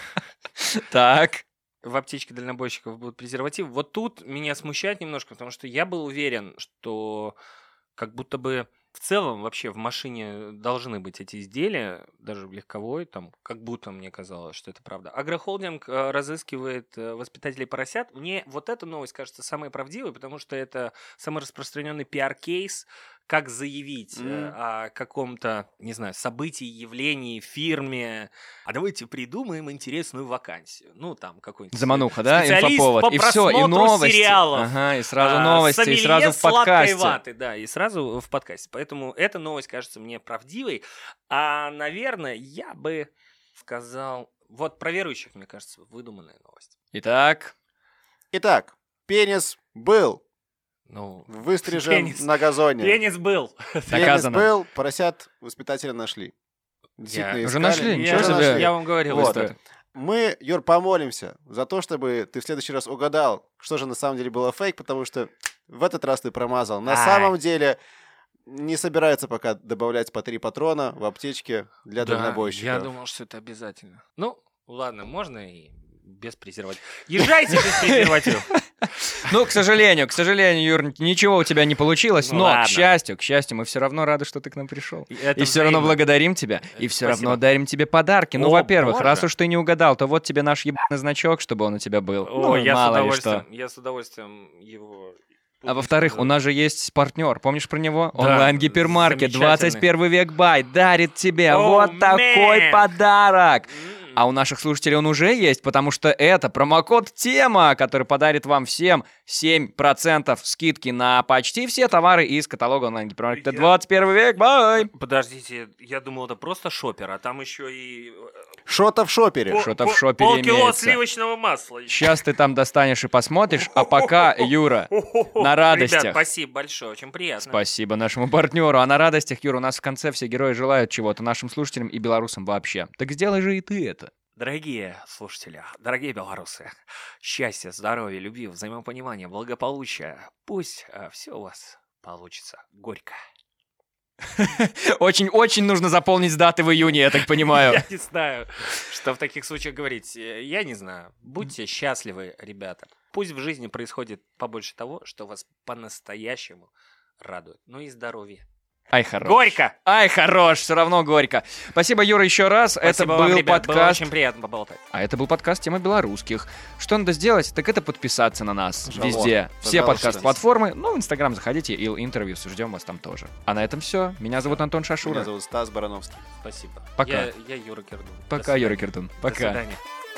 Так. В аптечке дальнобойщиков будут презервативы. Вот тут меня смущает немножко, потому что я был уверен, что как будто бы в целом вообще в машине должны быть эти изделия, даже в легковой, там, как будто мне казалось, что это правда. Агрохолдинг э, разыскивает э, воспитателей поросят. Мне вот эта новость кажется самой правдивой, потому что это самый распространенный пиар-кейс, как заявить э, Мгм. о каком-то, не знаю, событии, явлении, фирме. А давайте придумаем интересную вакансию. Ну, там, какой-нибудь... Замануха, да? специалист Инфоповод. по И все, и просмотру новости. сериалов. Ага, и сразу А, новости, и сомелье сразу в сладкой подкасте. ваты, да, и сразу в подкасте. Поэтому эта новость кажется мне правдивой. А, наверное, я бы сказал... Вот про верующих, мне кажется, выдуманная новость. Итак, Итак, пенис был Ну, выстрижен Пенис. на газоне. пенис был. Пенис доказано. был, поросят воспитателя нашли. Действительно, Я- Уже искали. нашли? Я, Ничего Уже себе. нашли. я вам говорил. Вот. что это. Мы, Юр, помолимся за то, чтобы ты в следующий раз угадал, что же на самом деле было фейк, потому что в этот раз ты промазал. На Ай. самом деле не собирается пока добавлять по три патрона в аптечке для Да, дальнобойщиков. я думал, что это обязательно. Ну, ладно, можно и без презерватива. Езжайте без презерватива. ну, к сожалению, к сожалению, Юр, ничего у тебя не получилось, Ну, но, ладно. к счастью, к счастью, мы все равно рады, что ты к нам пришел. Это И все равно взаимно. благодарим тебя, и все Спасибо. равно дарим тебе подарки. Ну, О, во-первых, боже. раз уж ты не угадал, то вот тебе наш ебаный значок, чтобы он у тебя был. О, ну, я, с мало ли удовольствием, что. я с удовольствием его... А во-вторых, у нас же есть партнер, помнишь про него? Да, Онлайн-гипермаркет замечательный. двадцать первый век бай дарит тебе Oh, вот такой man. подарок. М. А у наших слушателей он уже есть, потому что это промокод «Тема», который подарит вам всем семь процентов скидки на почти все товары из каталога онлайн-гипермаркета Я- двадцать первый век. Бай! Подождите, я думал, это просто шопер, а там еще и... Что-то в шопере. по- Что-то по- в шопере полкило имеется. сливочного масла. Сейчас ты там достанешь и посмотришь, а пока, Юра, на радостях. Ребят, спасибо большое, очень приятно. Спасибо нашему партнеру. А на радостях, Юра, у нас в конце все герои желают чего-то нашим слушателям и белорусам вообще. Так сделай же и ты это. Дорогие слушатели, дорогие белорусы, счастья, здоровья, любви, взаимопонимания, благополучия. Пусть все у вас получится горько. Очень-очень нужно заполнить даты в июне, я так понимаю. Я не знаю, что в таких случаях говорить. Я не знаю. Будьте счастливы, ребята. Пусть в жизни происходит побольше того, что вас по-настоящему радует. Ну и здоровье. Ай, хорош. Горько! Ай, хорош, все равно горько. Спасибо, Юра, еще раз. Спасибо это вам, был ребят, было подкаст. очень приятно поболтать. А это был подкаст «Тема белорусских». Что надо сделать, так это подписаться на нас Пожалуйста. везде. Все Пожалуйста. подкаст-платформы. Ну, в Инстаграм заходите, Ил Интервьюс, ждем вас там тоже. А на этом все. Меня зовут Антон Шашура. Меня зовут Стас Барановский. Спасибо. Пока. Я, я Юра Кирдун. Пока, Юра Кирдун. До Пока. свидания.